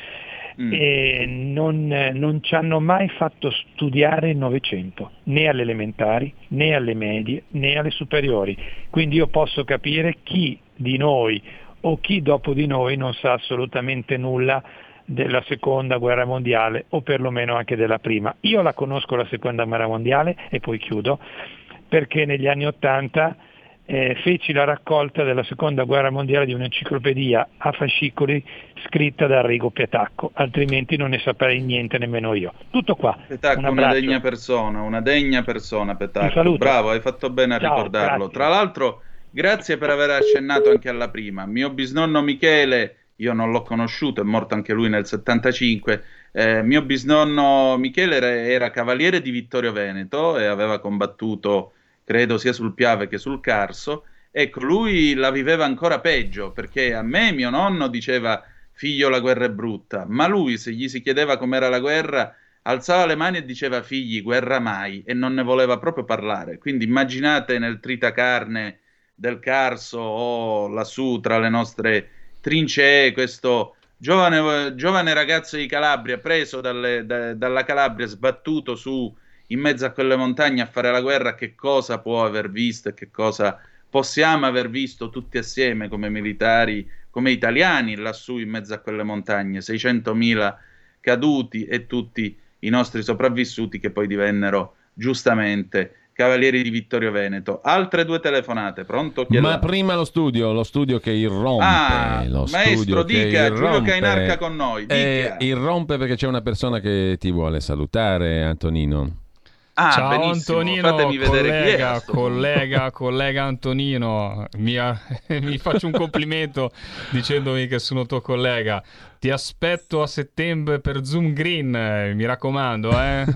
E non ci hanno mai fatto studiare il Novecento, né alle elementari, né alle medie, né alle superiori. Quindi io posso capire chi di noi o chi dopo di noi non sa assolutamente nulla della seconda guerra mondiale, o perlomeno anche della prima. Io la conosco la seconda guerra mondiale, e poi chiudo, perché negli anni '80 feci la raccolta della seconda guerra mondiale di un'enciclopedia a fascicoli scritta da Arrigo Piatacco, altrimenti non ne saprei niente nemmeno io. Tutto qua. Piatacco, una degna persona Piatacco, bravo, hai fatto bene a ricordarlo. Grazie. Tra l'altro, grazie per aver accennato anche alla prima. Mio bisnonno Michele, io non l'ho conosciuto, è morto anche lui nel 75, mio bisnonno Michele era cavaliere di Vittorio Veneto e aveva combattuto credo sia sul Piave che sul Carso. Ecco, lui la viveva ancora peggio, perché a me mio nonno diceva figlio la guerra è brutta, ma lui se gli si chiedeva com'era la guerra alzava le mani e diceva figli guerra mai, e non ne voleva proprio parlare. Quindi immaginate nel tritacarne del Carso o lassù tra le nostre trincee questo giovane ragazzo di Calabria, preso dalla Calabria, sbattuto su in mezzo a quelle montagne a fare la guerra, che cosa può aver visto e che cosa possiamo aver visto tutti assieme come militari, come italiani lassù in mezzo a quelle montagne, 600.000 caduti e tutti i nostri sopravvissuti che poi divennero giustamente Cavalieri di Vittorio Veneto. Altre 2 telefonate, pronto? Ma prima lo studio che irrompe. Lo maestro, dica, Giulio Cainarca con noi. Irrompe perché c'è una persona che ti vuole salutare, Antonino. Ciao benissimo. Antonino, Fatemi vedere collega Antonino, mi faccio un complimento dicendomi che sono tuo collega. Ti aspetto a settembre per Zoom Green, mi raccomando,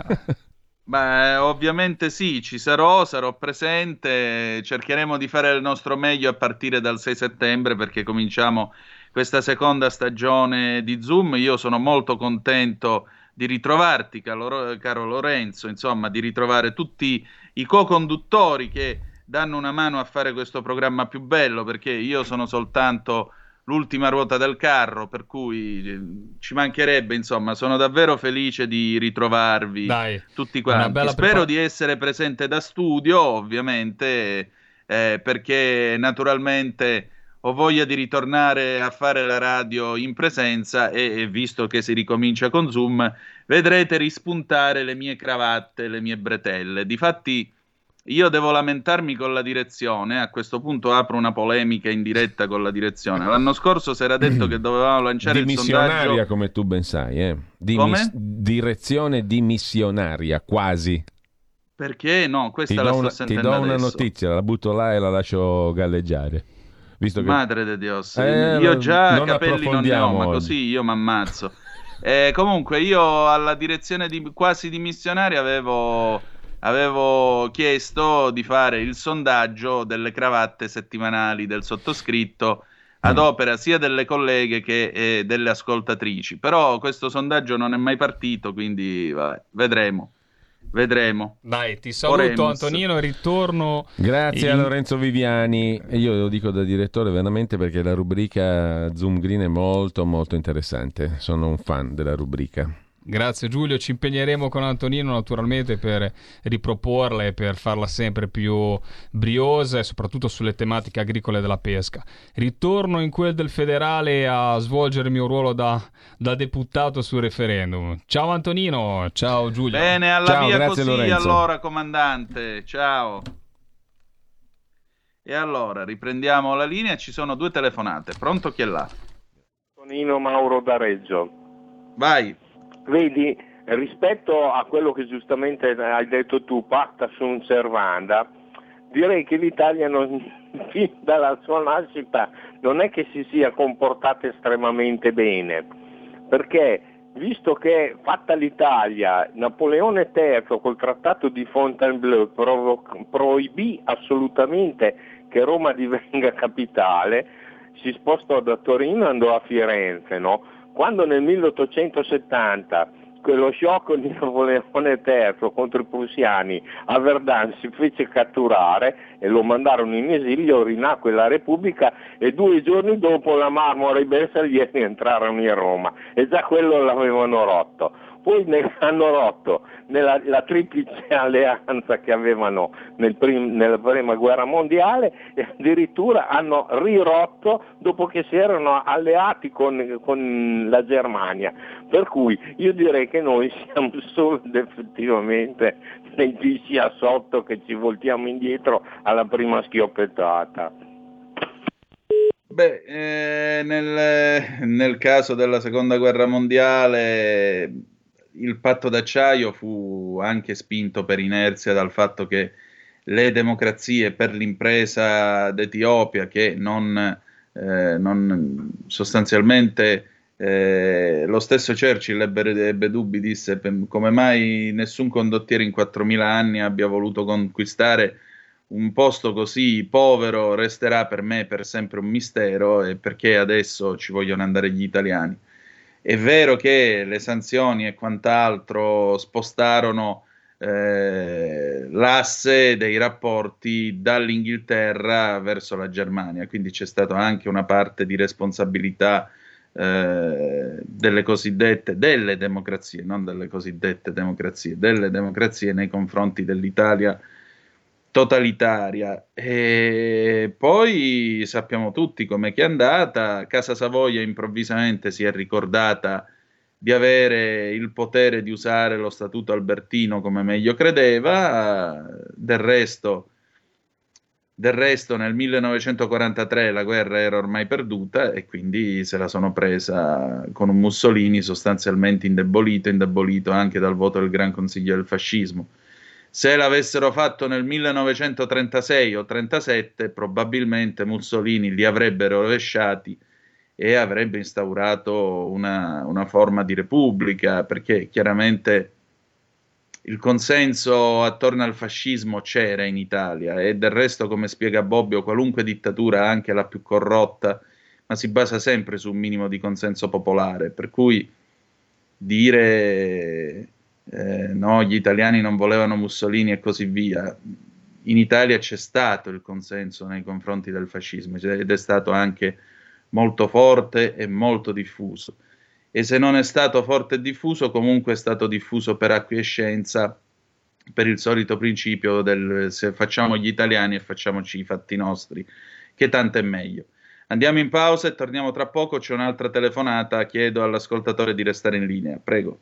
Beh, ovviamente sì, ci sarò presente, cercheremo di fare il nostro meglio a partire dal 6 settembre perché cominciamo questa seconda stagione di Zoom. Io sono molto contento di ritrovarti, caro Lorenzo, insomma, di ritrovare tutti i co-conduttori che danno una mano a fare questo programma più bello, perché io sono soltanto l'ultima ruota del carro, per cui ci mancherebbe, insomma, sono davvero felice di ritrovarvi. Dai, tutti quanti. Spero di essere presente da studio, ovviamente, perché naturalmente ho voglia di ritornare a fare la radio in presenza e visto che si ricomincia con Zoom, vedrete rispuntare le mie cravatte, le mie bretelle. Difatti io devo lamentarmi con la direzione, a questo punto apro una polemica in diretta con la direzione. L'anno scorso si era detto che dovevamo lanciare il sondaggio... Dimissionaria, come tu ben sai, Come? Direzione dimissionaria, quasi. Perché? No, questa la sto sentendo Ti do una adesso. notizia, la butto là e la lascio galleggiare. Visto che... Madre de Dios, io già capelli non ne ho, ma oggi. così io mi ammazzo. Comunque io alla direzione quasi dimissionaria avevo chiesto di fare il sondaggio delle cravatte settimanali del sottoscritto ad opera sia delle colleghe che delle ascoltatrici, però questo sondaggio non è mai partito, quindi vabbè, vedremo. Dai, ti saluto Antonino e ritorno. Grazie a Lorenzo Viviani. E io lo dico da direttore veramente perché la rubrica Zoom Green è molto molto interessante. Sono un fan della rubrica. Grazie Giulio, ci impegneremo con Antonino naturalmente per riproporla e per farla sempre più briosa e soprattutto sulle tematiche agricole della pesca. Ritorno in quel del federale a svolgere il mio ruolo da deputato sul referendum. Ciao Antonino, ciao Giulio. Bene, alla ciao, via grazie, così Lorenzo. allora, comandante, ciao. E allora, riprendiamo la linea, ci sono 2 telefonate. Pronto, chi è là? Tonino Mauro da Reggio. Vai. Vedi, rispetto a quello che giustamente hai detto tu, pacta sunt servanda, direi che l'Italia fin dalla sua nascita non è che si sia comportata estremamente bene, perché visto che fatta l'Italia, Napoleone III col trattato di Fontainebleau proibì assolutamente che Roma divenga capitale, si spostò da Torino e andò a Firenze, no? Quando nel 1870 quello sciocco di Napoleone III contro i prussiani a Verdun si fece catturare e lo mandarono in esilio, rinacque la Repubblica e 2 giorni dopo la Marmora e i Bersaglieri entrarono in Roma e già quello l'avevano rotto. Poi ne hanno rotto la triplice alleanza che avevano nella prima guerra mondiale e addirittura hanno rirotto dopo che si erano alleati con la Germania. Per cui io direi che noi siamo solo ed effettivamente nei PC a sotto che ci voltiamo indietro alla prima schioppettata. Beh, nel caso della seconda guerra mondiale il patto d'acciaio fu anche spinto per inerzia dal fatto che le democrazie, per l'impresa d'Etiopia, che non sostanzialmente lo stesso Churchill ebbe dubbi, disse come mai nessun condottiero in 4.000 anni abbia voluto conquistare un posto così povero, resterà per me per sempre un mistero, e perché adesso ci vogliono andare gli italiani. È vero che le sanzioni e quant'altro spostarono l'asse dei rapporti dall'Inghilterra verso la Germania, quindi c'è stata anche una parte di responsabilità delle democrazie, non delle cosiddette democrazie, delle democrazie nei confronti dell'Italia totalitaria. E poi sappiamo tutti com'è che è andata. Casa Savoia improvvisamente si è ricordata di avere il potere di usare lo Statuto Albertino come meglio credeva. Del resto nel 1943 la guerra era ormai perduta e quindi se la sono presa con un Mussolini sostanzialmente indebolito anche dal voto del Gran Consiglio del Fascismo. Se l'avessero fatto nel 1936 o 37, probabilmente Mussolini li avrebbe rovesciati e avrebbe instaurato una forma di repubblica, perché chiaramente il consenso attorno al fascismo c'era in Italia e del resto, come spiega Bobbio, qualunque dittatura, anche la più corrotta, ma si basa sempre su un minimo di consenso popolare, per cui dire no, gli italiani non volevano Mussolini e così via, in Italia c'è stato il consenso nei confronti del fascismo ed è stato anche molto forte e molto diffuso. E se non è stato forte e diffuso, comunque è stato diffuso per acquiescenza, per il solito principio del se facciamo gli italiani e facciamoci i fatti nostri, che tanto è meglio. Andiamo in pausa e torniamo tra poco, c'è un'altra telefonata, chiedo all'ascoltatore di restare in linea, prego.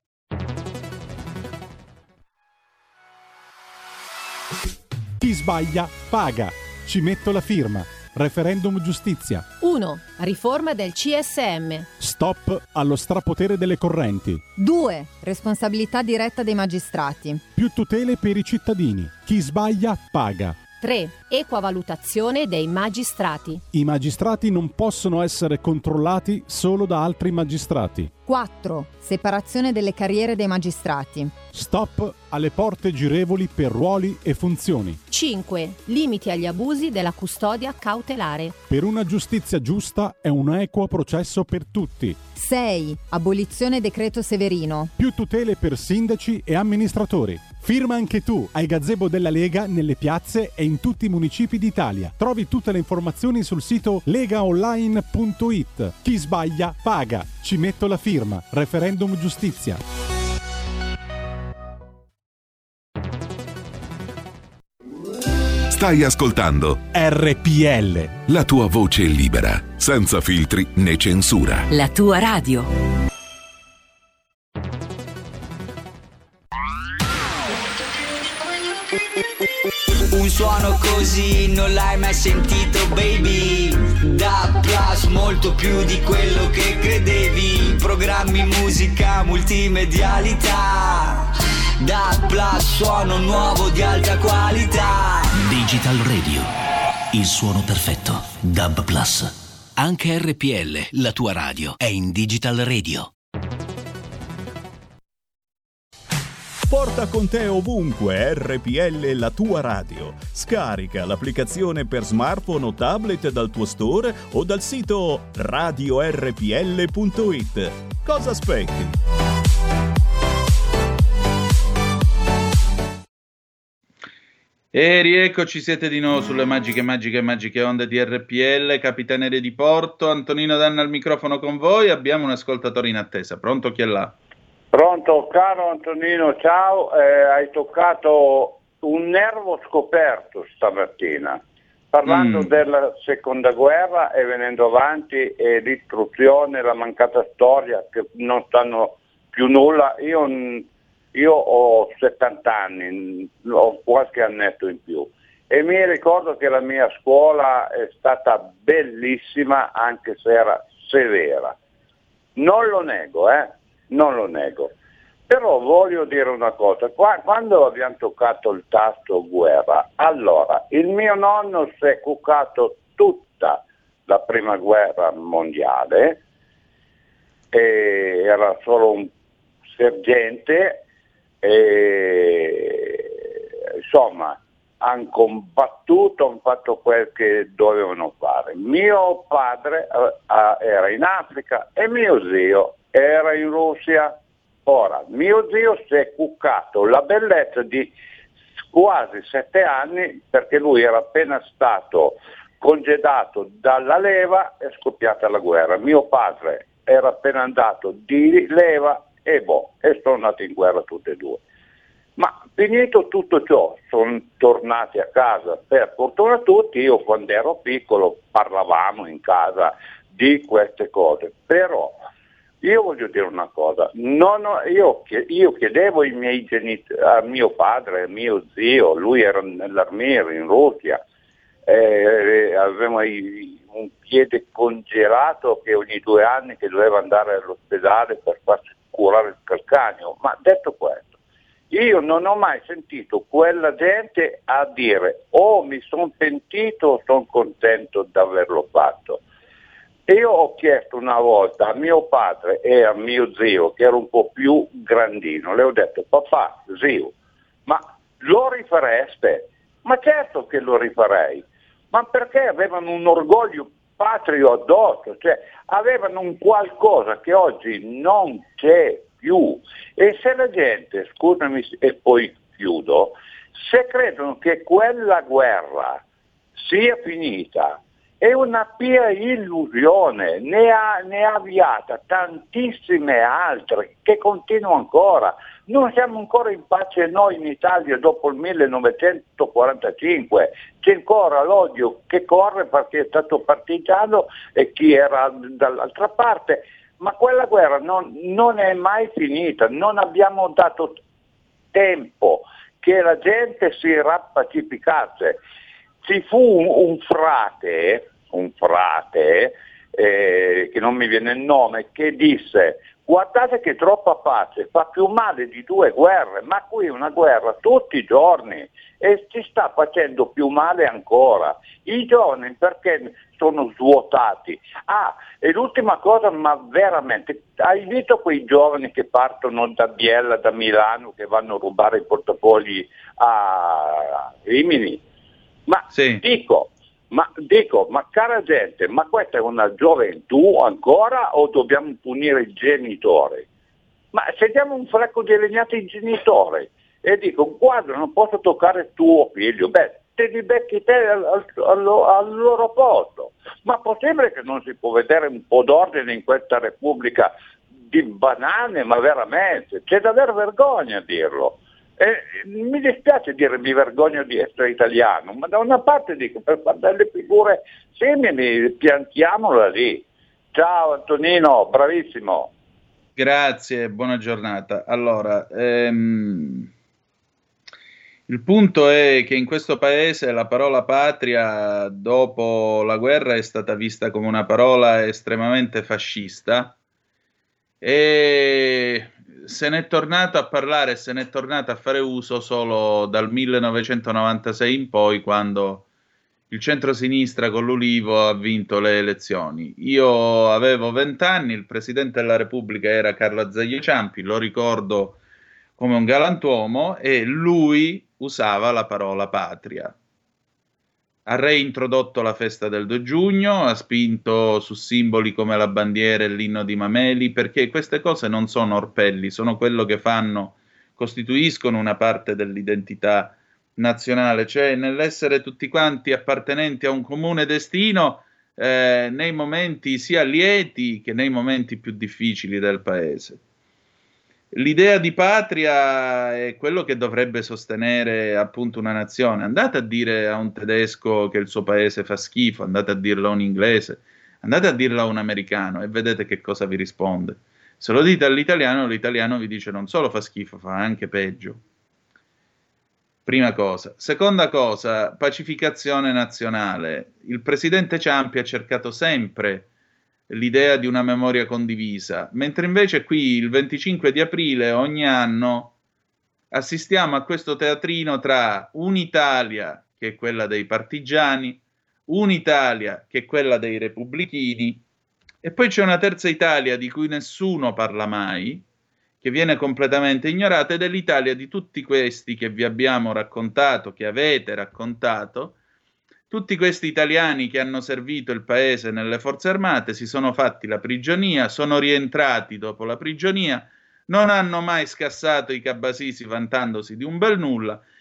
Chi sbaglia paga, ci metto la firma. Referendum giustizia. 1. Riforma del CSM. Stop allo strapotere delle correnti. 2. Responsabilità diretta dei magistrati. Più tutele per i cittadini. Chi sbaglia paga. 3. Equa valutazione dei magistrati. I magistrati non possono essere controllati solo da altri magistrati. 4. Separazione delle carriere dei magistrati. Stop alle porte girevoli per ruoli e funzioni. 5. Limiti agli abusi della custodia cautelare. Per una giustizia giusta è un equo processo per tutti. 6. Abolizione decreto Severino. Più tutele per sindaci e amministratori. Firma anche tu ai gazebo della Lega nelle piazze e in tutti i municipi d'Italia. Trovi tutte le informazioni sul sito legaonline.it. Chi sbaglia paga. Ci metto la firma. Referendum giustizia. Stai ascoltando RPL. La tua voce libera, senza filtri né censura. La tua radio. Un suono così non l'hai mai sentito, baby. Da Plus, molto più di quello che credevi. Programmi, musica, multimedialità. Da Plus, suono nuovo di alta qualità. Digital Radio, il suono perfetto. DAB Plus. Anche RPL, la tua radio, è in Digital Radio. Porta con te ovunque RPL, la tua radio. Scarica l'applicazione per smartphone o tablet dal tuo store o dal sito radiorpl.it. Cosa aspetti? E rieccoci, siete di nuovo sulle magiche onde di RPL, Capitaneria di Porto. Antonino Danna al microfono con voi, abbiamo un ascoltatore in attesa. Pronto, chi è là? Pronto, caro Antonino, ciao. Hai toccato un nervo scoperto stamattina, parlando della seconda guerra e venendo avanti e l'istruzione, la mancata storia, che non sanno più nulla. Io ho 70 anni, ho qualche annetto in più e mi ricordo che la mia scuola è stata bellissima anche se era severa. Non lo nego, non lo nego. Però voglio dire una cosa, quando abbiamo toccato il tasto guerra, allora il mio nonno si è cuccato tutta la prima guerra mondiale, era solo un sergente, insomma hanno combattuto, hanno fatto quel che dovevano fare. Mio padre era in Africa e mio zio era in Russia. Ora, mio zio si è cuccato la bellezza di quasi 7 anni perché lui era appena stato congedato dalla leva, è scoppiata la guerra. Mio padre era appena andato di leva e sono andati in guerra tutti e due. Ma finito tutto ciò, sono tornati a casa per fortuna tutti. Io quando ero piccolo parlavamo in casa di queste cose, però io voglio dire una cosa, io chiedevo ai miei genitori, a mio padre, a mio zio, lui era nell'armiera in Russia, avevamo un piede congelato che ogni 2 anni che doveva andare all'ospedale per farsi curare il calcaneo, ma detto questo, io non ho mai sentito quella gente a dire mi sono pentito o sono contento di averlo fatto. Io ho chiesto una volta a mio padre e a mio zio, che era un po' più grandino, le ho detto: papà, zio, ma lo rifareste? Ma certo che lo rifarei, ma perché avevano un orgoglio patrio addosso, cioè avevano un qualcosa che oggi non c'è più. E se la gente, scusami e poi chiudo, se credono che quella guerra sia finita, è una pia illusione, ne ha avviata tantissime altre che continuano ancora. Non siamo ancora in pace noi in Italia dopo il 1945, c'è ancora l'odio che corre perché è stato partigiano e chi era dall'altra parte, ma quella guerra non è mai finita, non abbiamo dato tempo che la gente si rapacificasse. Ci fu un frate che non mi viene il nome, che disse: guardate che troppa pace fa più male di 2 guerre, ma qui una guerra tutti i giorni e ci sta facendo più male ancora. I giovani perché sono svuotati? E l'ultima cosa, ma veramente, hai visto quei giovani che partono da Biella, da Milano, che vanno a rubare i portafogli a Rimini? Ma sì. Dico, ma cara gente, ma questa è una gioventù ancora o dobbiamo punire i genitori? Ma se diamo un flecco di legnate ai genitori e dico: guarda, non posso toccare tuo figlio, te li becchi te al loro posto. Ma possibile che non si può vedere un po' d'ordine in questa Repubblica di banane? Ma veramente, c'è davvero vergogna a dirlo. Mi dispiace dire mi vergogno di essere italiano, ma da una parte dico, per fare delle figure simili piantiamola lì. Ciao Antonino, bravissimo. Grazie, buona giornata. Allora, il punto è che in questo paese la parola patria dopo la guerra è stata vista come una parola estremamente fascista e se n'è tornato a parlare, se n'è tornato a fare uso solo dal 1996 in poi, quando il centro-sinistra con l'Ulivo ha vinto le elezioni. Io avevo 20 anni, il Presidente della Repubblica era Carlo Azeglio Ciampi, lo ricordo come un galantuomo, e lui usava la parola patria. Ha reintrodotto la festa del 2 giugno, ha spinto su simboli come la bandiera e l'inno di Mameli, perché queste cose non sono orpelli, sono quello che costituiscono una parte dell'identità nazionale, cioè nell'essere tutti quanti appartenenti a un comune destino nei momenti sia lieti che nei momenti più difficili del paese. L'idea di patria è quello che dovrebbe sostenere appunto una nazione. Andate a dire a un tedesco che il suo paese fa schifo, andate a dirlo a un inglese, andate a dirlo a un americano e vedete che cosa vi risponde. Se lo dite all'italiano, l'italiano vi dice non solo fa schifo, fa anche peggio. Prima cosa. Seconda cosa, pacificazione nazionale. Il presidente Ciampi ha cercato sempre l'idea di una memoria condivisa, mentre invece qui il 25 di aprile ogni anno assistiamo a questo teatrino tra un'Italia che è quella dei partigiani, un'Italia che è quella dei repubblichini e poi c'è una terza Italia di cui nessuno parla mai, che viene completamente ignorata, ed è l'Italia di tutti questi che vi abbiamo raccontato, che avete raccontato. Tutti questi italiani che hanno servito il paese nelle forze armate si sono fatti la prigionia, sono rientrati dopo la prigionia, non hanno mai scassato i cabasisi vantandosi di un bel nulla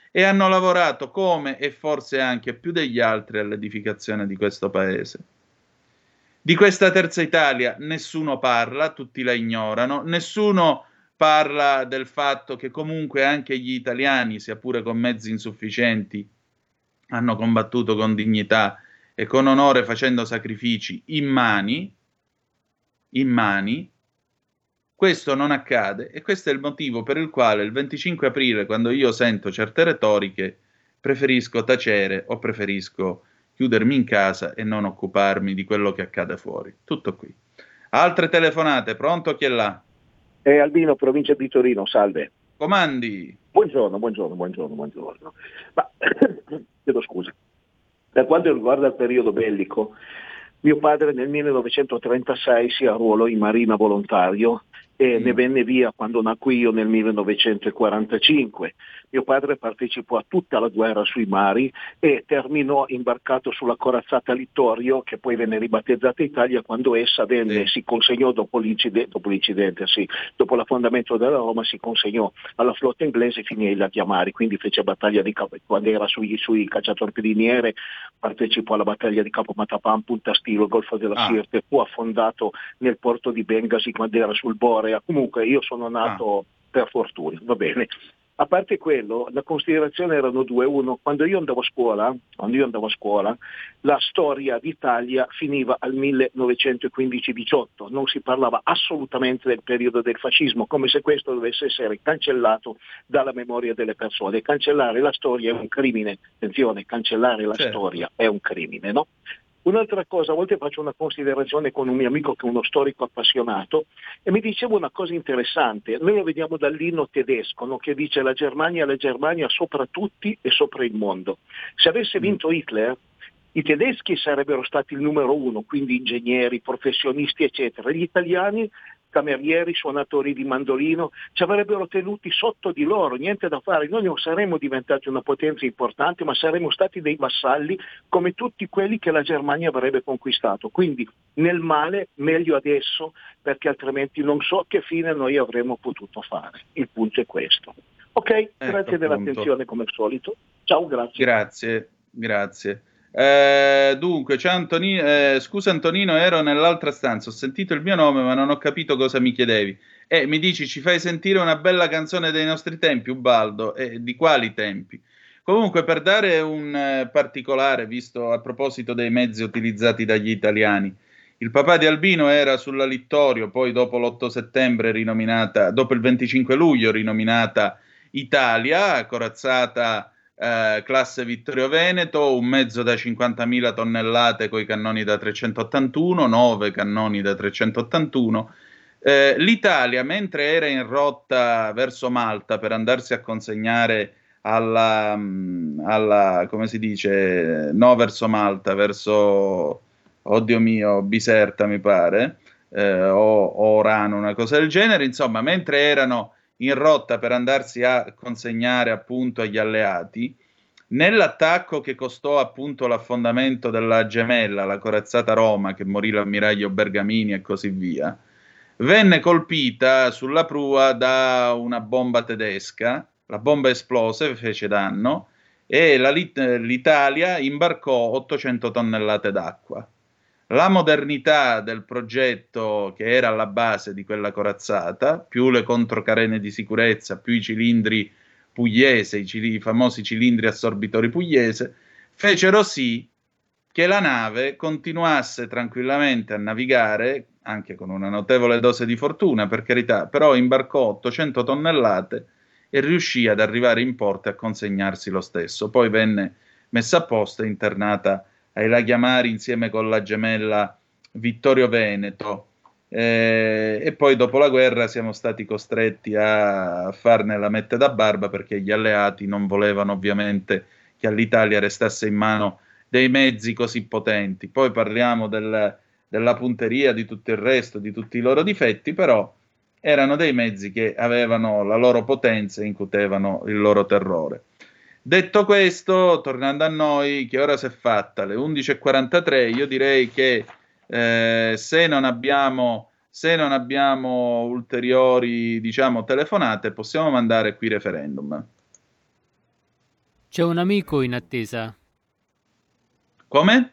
e hanno lavorato come e forse anche più degli altri all'edificazione di questo paese. Di questa terza Italia nessuno parla, tutti la ignorano, nessuno parla del fatto che comunque anche gli italiani, sia pure con mezzi insufficienti, hanno combattuto con dignità e con onore facendo sacrifici immani. Questo non accade e questo è il motivo per il quale il 25 aprile, quando io sento certe retoriche, preferisco tacere o preferisco chiudermi in casa e non occuparmi di quello che accade fuori. Tutto qui. Altre telefonate, pronto? Chi è là? Albino, provincia di Torino, salve. Comandi. Buongiorno. Ma chiedo scusa. Per quanto riguarda il periodo bellico, mio padre nel 1936 si arruolò in Marina volontario e ne venne via quando nacqui io nel 1945. Mio padre partecipò a tutta la guerra sui mari e terminò imbarcato sulla corazzata Littorio, che poi venne ribattezzata Italia quando essa si consegnò dopo l'affondamento della Roma, si consegnò alla flotta inglese e finì ai laghi Amari, quindi fece battaglia di Capo, quando era sui cacciatorpediniere partecipò alla battaglia di Capo Matapan, Punta Stilo, Golfo della Sirte, fu affondato nel porto di Bengasi quando era sul Borea. Comunque io sono nato per fortuna, va bene. A parte quello, la considerazione erano due. Uno, quando io andavo a scuola, la storia d'Italia finiva al 1915-18, non si parlava assolutamente del periodo del fascismo, come se questo dovesse essere cancellato dalla memoria delle persone. Cancellare la storia è un crimine, attenzione, cancellare la storia è un crimine, no? Un'altra cosa, a volte faccio una considerazione con un mio amico che è uno storico appassionato e mi diceva una cosa interessante. Noi lo vediamo dall'inno tedesco, no? Che dice la Germania sopra tutti e sopra il mondo. Se avesse vinto Hitler, i tedeschi sarebbero stati il numero uno, quindi ingegneri, professionisti eccetera. Gli italiani, camerieri, suonatori di mandolino, ci avrebbero tenuti sotto di loro, niente da fare. Noi non saremmo diventati una potenza importante, ma saremmo stati dei vassalli come tutti quelli che la Germania avrebbe conquistato. Quindi nel male meglio adesso, perché altrimenti non so che fine noi avremmo potuto fare. Il punto è questo. Ok, grazie dell'attenzione come al solito. Ciao, grazie. Grazie. Dunque c'è Antonino, scusa Antonino, ero nell'altra stanza, ho sentito il mio nome ma non ho capito cosa mi chiedevi. Mi dici ci fai sentire una bella canzone dei nostri tempi, Ubaldo? Di quali tempi? Comunque, per dare un particolare, visto a proposito dei mezzi utilizzati dagli italiani, il papà di Albino era sulla Littorio, poi dopo l'8 settembre rinominata, dopo il 25 luglio rinominata Italia, corazzata classe Vittorio Veneto, un mezzo da 50.000 tonnellate coi cannoni da 381, 9 cannoni da 381. L'Italia, mentre era in rotta verso Malta per andarsi a consegnare alla come si dice, no verso Malta, verso, oddio mio, Biserta mi pare, o Orano, una cosa del genere, insomma, mentre erano in rotta per andarsi a consegnare appunto agli alleati, nell'attacco che costò appunto l'affondamento della Gemella, la corazzata Roma, che morì l'ammiraglio Bergamini e così via, venne colpita sulla prua da una bomba tedesca, la bomba esplose, fece danno, e l'Italia imbarcò 800 tonnellate d'acqua. La modernità del progetto che era alla base di quella corazzata, più le controcarene di sicurezza, più i cilindri pugliese, i famosi cilindri assorbitori pugliese, fecero sì che la nave continuasse tranquillamente a navigare, anche con una notevole dose di fortuna, per carità, però imbarcò 800 tonnellate e riuscì ad arrivare in porto e a consegnarsi lo stesso. Poi venne messa a posto e internata ai laghi Amari insieme con la gemella Vittorio Veneto, e poi dopo la guerra siamo stati costretti a farne la mette da barba, perché gli alleati non volevano ovviamente che all'Italia restasse in mano dei mezzi così potenti. Poi parliamo della punteria, di tutto il resto, di tutti i loro difetti, però erano dei mezzi che avevano la loro potenza e incutevano il loro terrore. Detto questo, tornando a noi, che ora si è fatta? Le 11.43, io direi che se non abbiamo ulteriori, diciamo, telefonate, possiamo mandare qui referendum. C'è un amico in attesa. Come?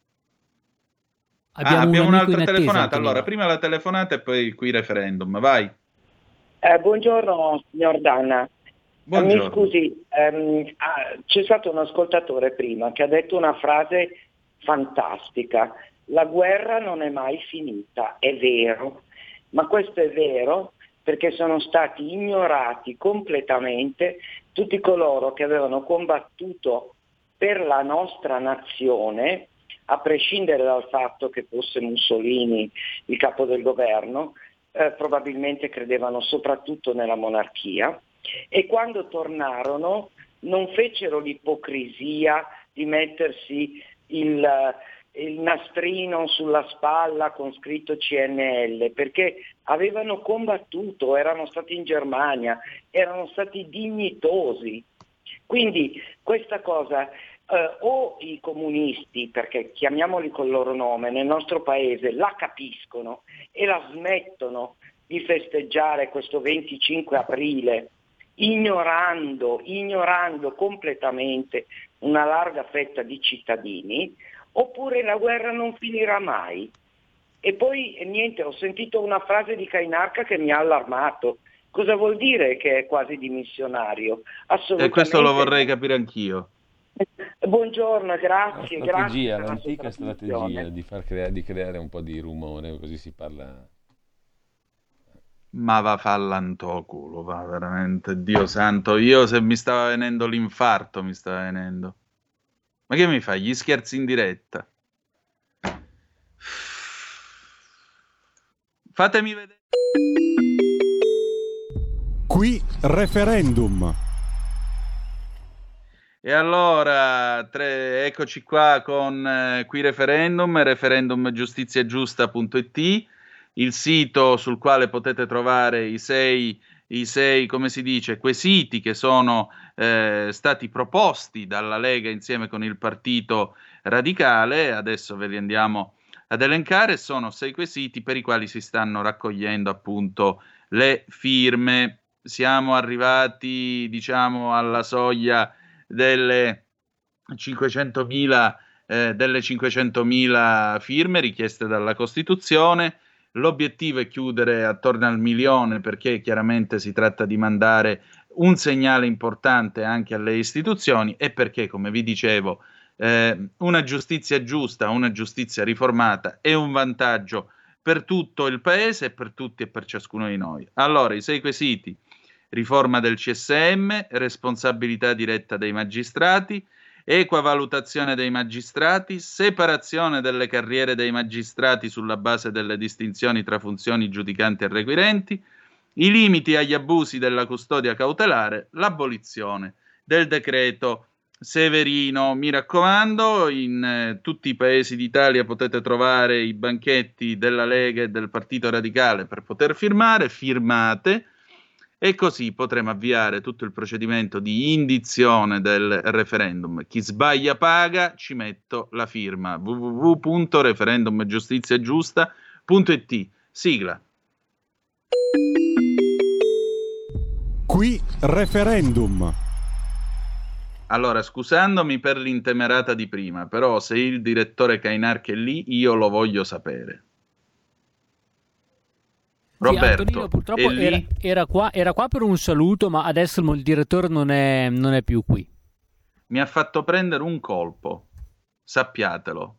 Abbiamo un'altra telefonata. Antonino. Allora, prima la telefonata e poi qui referendum. Vai. Buongiorno signor Danna. Buongiorno. Mi scusi, c'è stato un ascoltatore prima che ha detto una frase fantastica. La guerra non è mai finita, è vero, ma questo è vero perché sono stati ignorati completamente tutti coloro che avevano combattuto per la nostra nazione, a prescindere dal fatto che fosse Mussolini il capo del governo, probabilmente credevano soprattutto nella monarchia, e quando tornarono non fecero l'ipocrisia di mettersi il nastrino sulla spalla con scritto CNL, perché avevano combattuto, erano stati in Germania, erano stati dignitosi. Quindi questa cosa o i comunisti, perché chiamiamoli col loro nome, nel nostro paese la capiscono e la smettono di festeggiare questo 25 aprile ignorando completamente una larga fetta di cittadini, oppure la guerra non finirà mai. E poi niente, ho sentito una frase di Cainarca che mi ha allarmato. Cosa vuol dire che è quasi dimissionario? Assolutamente. E questo lo vorrei capire anch'io. Buongiorno, grazie. L'antica strategia di creare un po' di rumore, così si parla. Ma va fallantoculo, va veramente, Dio santo. Io se mi stava venendo l'infarto, mi stava venendo. Ma che mi fai? Gli scherzi in diretta? Fatemi vedere. Qui referendum. E allora, eccoci qua con qui referendum, referendumgiustiziagiusta.it, il sito sul quale potete trovare i sei, come si dice, quesiti che sono stati proposti dalla Lega insieme con il Partito Radicale. Adesso ve li andiamo ad elencare. Sono 6 quesiti per i quali si stanno raccogliendo appunto le firme. Siamo arrivati, diciamo, alla soglia delle 500.000 firme richieste dalla Costituzione. L'obiettivo è chiudere attorno al 1 milione, perché chiaramente si tratta di mandare un segnale importante anche alle istituzioni, e perché, come vi dicevo, una giustizia giusta, una giustizia riformata è un vantaggio per tutto il Paese e per tutti e per ciascuno di noi. Allora, i 6 quesiti: riforma del CSM, responsabilità diretta dei magistrati, equa valutazione dei magistrati, separazione delle carriere dei magistrati sulla base delle distinzioni tra funzioni giudicanti e requirenti, i limiti agli abusi della custodia cautelare, l'abolizione del decreto Severino. Mi raccomando, in tutti i paesi d'Italia potete trovare i banchetti della Lega e del Partito Radicale per poter firmare. Firmate, e così potremo avviare tutto il procedimento di indizione del referendum. Chi sbaglia paga, ci metto la firma. www.referendumgiustiziagiusta.it. Sigla. Qui referendum. Allora, scusandomi per l'intemerata di prima, però se il direttore Cainarca è lì, io lo voglio sapere. Roberto, sì, Antonino purtroppo era qua per un saluto, ma adesso il direttore non è più qui. Mi ha fatto prendere un colpo, sappiatelo.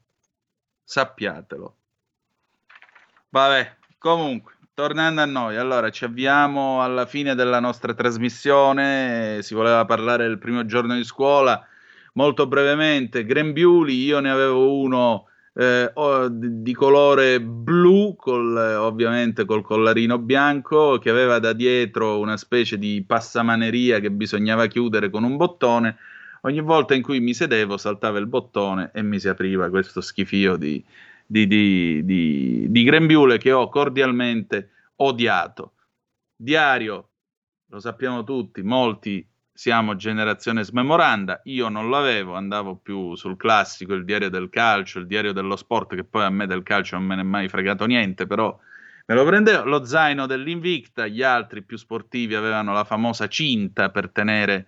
Vabbè, comunque, tornando a noi, allora ci avviamo alla fine della nostra trasmissione. Si voleva parlare del primo giorno di scuola, molto brevemente. Grembiuli, io ne avevo uno di colore blu, ovviamente col collarino bianco, che aveva da dietro una specie di passamaneria che bisognava chiudere con un bottone. Ogni volta in cui mi sedevo saltava il bottone e mi si apriva questo schifio di grembiule che ho cordialmente odiato. Diario, lo sappiamo tutti, molti siamo generazione smemoranda, io non l'avevo, andavo più sul classico, il diario del calcio, il diario dello sport, che poi a me del calcio non me ne è mai fregato niente, però me lo prendevo. Lo zaino dell'Invicta, gli altri più sportivi avevano la famosa cinta per tenere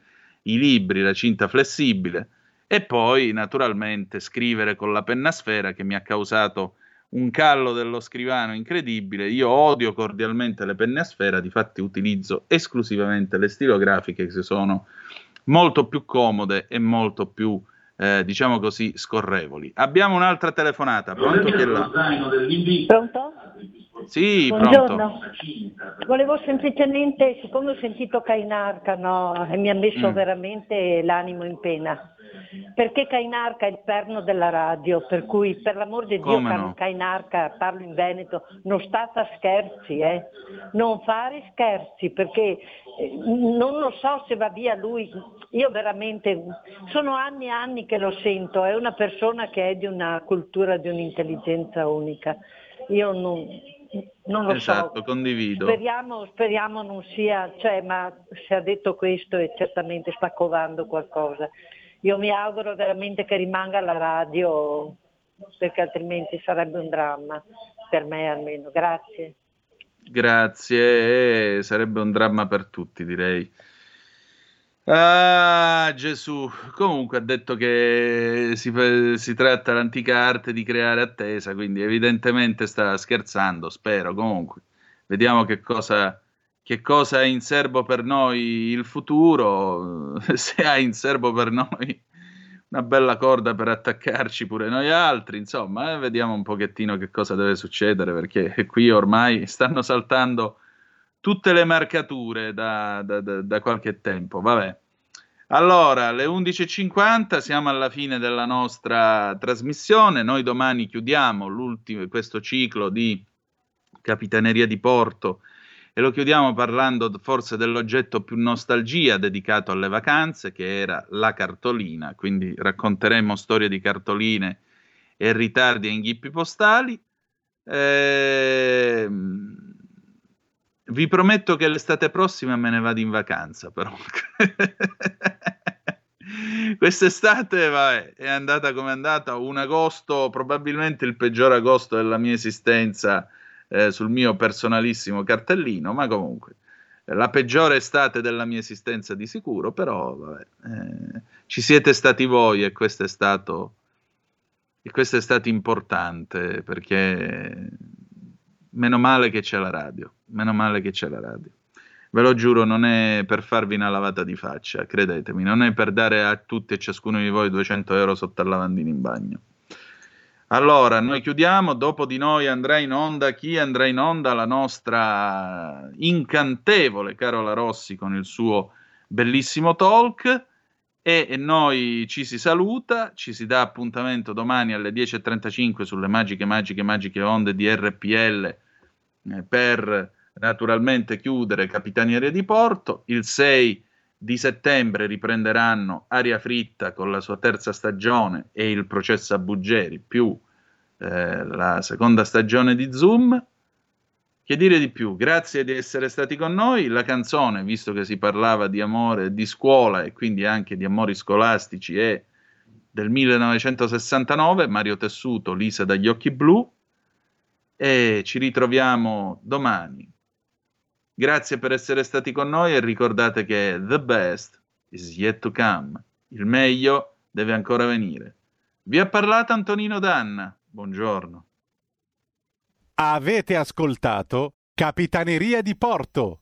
i libri, la cinta flessibile, e poi naturalmente scrivere con la penna a sfera, che mi ha causato un callo dello scrivano incredibile. Io odio cordialmente le penne a sfera, difatti utilizzo esclusivamente le stilografiche, che sono molto più comode e molto più, diciamo così, scorrevoli. Abbiamo un'altra telefonata. Pronto? Chi è là? Pronto? Sì, buongiorno. Pronto. Volevo semplicemente, siccome ho sentito Cainarca, no, e mi ha messo veramente l'animo in pena, perché Cainarca è il perno della radio, per cui per l'amor di Dio, no? Cainarca, parlo in veneto, non state a scherzi, non fare scherzi, perché non lo so se va via lui. Io veramente, sono anni e anni che lo sento, è una persona che è di una cultura, di un'intelligenza unica. Io non lo so. Condivido. Speriamo non sia, ma se ha detto questo e certamente sta covando qualcosa. Io mi auguro veramente che rimanga la radio, perché altrimenti sarebbe un dramma, per me almeno. Grazie, sarebbe un dramma per tutti, direi. Ah, Gesù. Comunque ha detto che si tratta dell'antica arte di creare attesa, quindi evidentemente sta scherzando, spero. Comunque, vediamo che cosa ha in serbo per noi il futuro, se ha in serbo per noi una bella corda per attaccarci pure noi altri, insomma, vediamo un pochettino che cosa deve succedere, perché qui ormai stanno saltando tutte le marcature da qualche tempo. Vabbè. Allora, alle 11.50 siamo alla fine della nostra trasmissione. Noi domani chiudiamo questo ciclo di Capitaneria di Porto e lo chiudiamo parlando forse dell'oggetto più nostalgia dedicato alle vacanze, che era la cartolina. Quindi racconteremo storie di cartoline e ritardi e inghippi postali. Vi prometto che l'estate prossima me ne vado in vacanza, però. Quest'estate è andata come è andata, un agosto, probabilmente il peggior agosto della mia esistenza sul mio personalissimo cartellino, ma comunque la peggiore estate della mia esistenza di sicuro, però ci siete stati voi e questo è stato importante, perché meno male che c'è la radio, ve lo giuro, non è per farvi una lavata di faccia, credetemi, non è per dare a tutti e ciascuno di voi 200 euro sotto al lavandino in bagno. Allora, noi chiudiamo, dopo di noi andrà in onda, chi andrà in onda? La nostra incantevole Carola Rossi con il suo bellissimo talk, e noi ci si saluta, ci si dà appuntamento domani alle 10.35 sulle magiche onde di RPL per naturalmente chiudere Capitaneria di Porto. Il 6 di settembre riprenderanno Aria Fritta con la sua terza stagione e il processo a Buggeri più la seconda stagione di Zoom. Che dire di più? Grazie di essere stati con noi. La canzone, visto che si parlava di amore di scuola e quindi anche di amori scolastici, è del 1969, Mario Tessuto, Lisa dagli occhi blu, e ci ritroviamo domani. Grazie per essere stati con noi e ricordate che the best is yet to come. Il meglio deve ancora venire. Vi ha parlato Antonino Danna. Buongiorno. Avete ascoltato Capitaneria di Porto.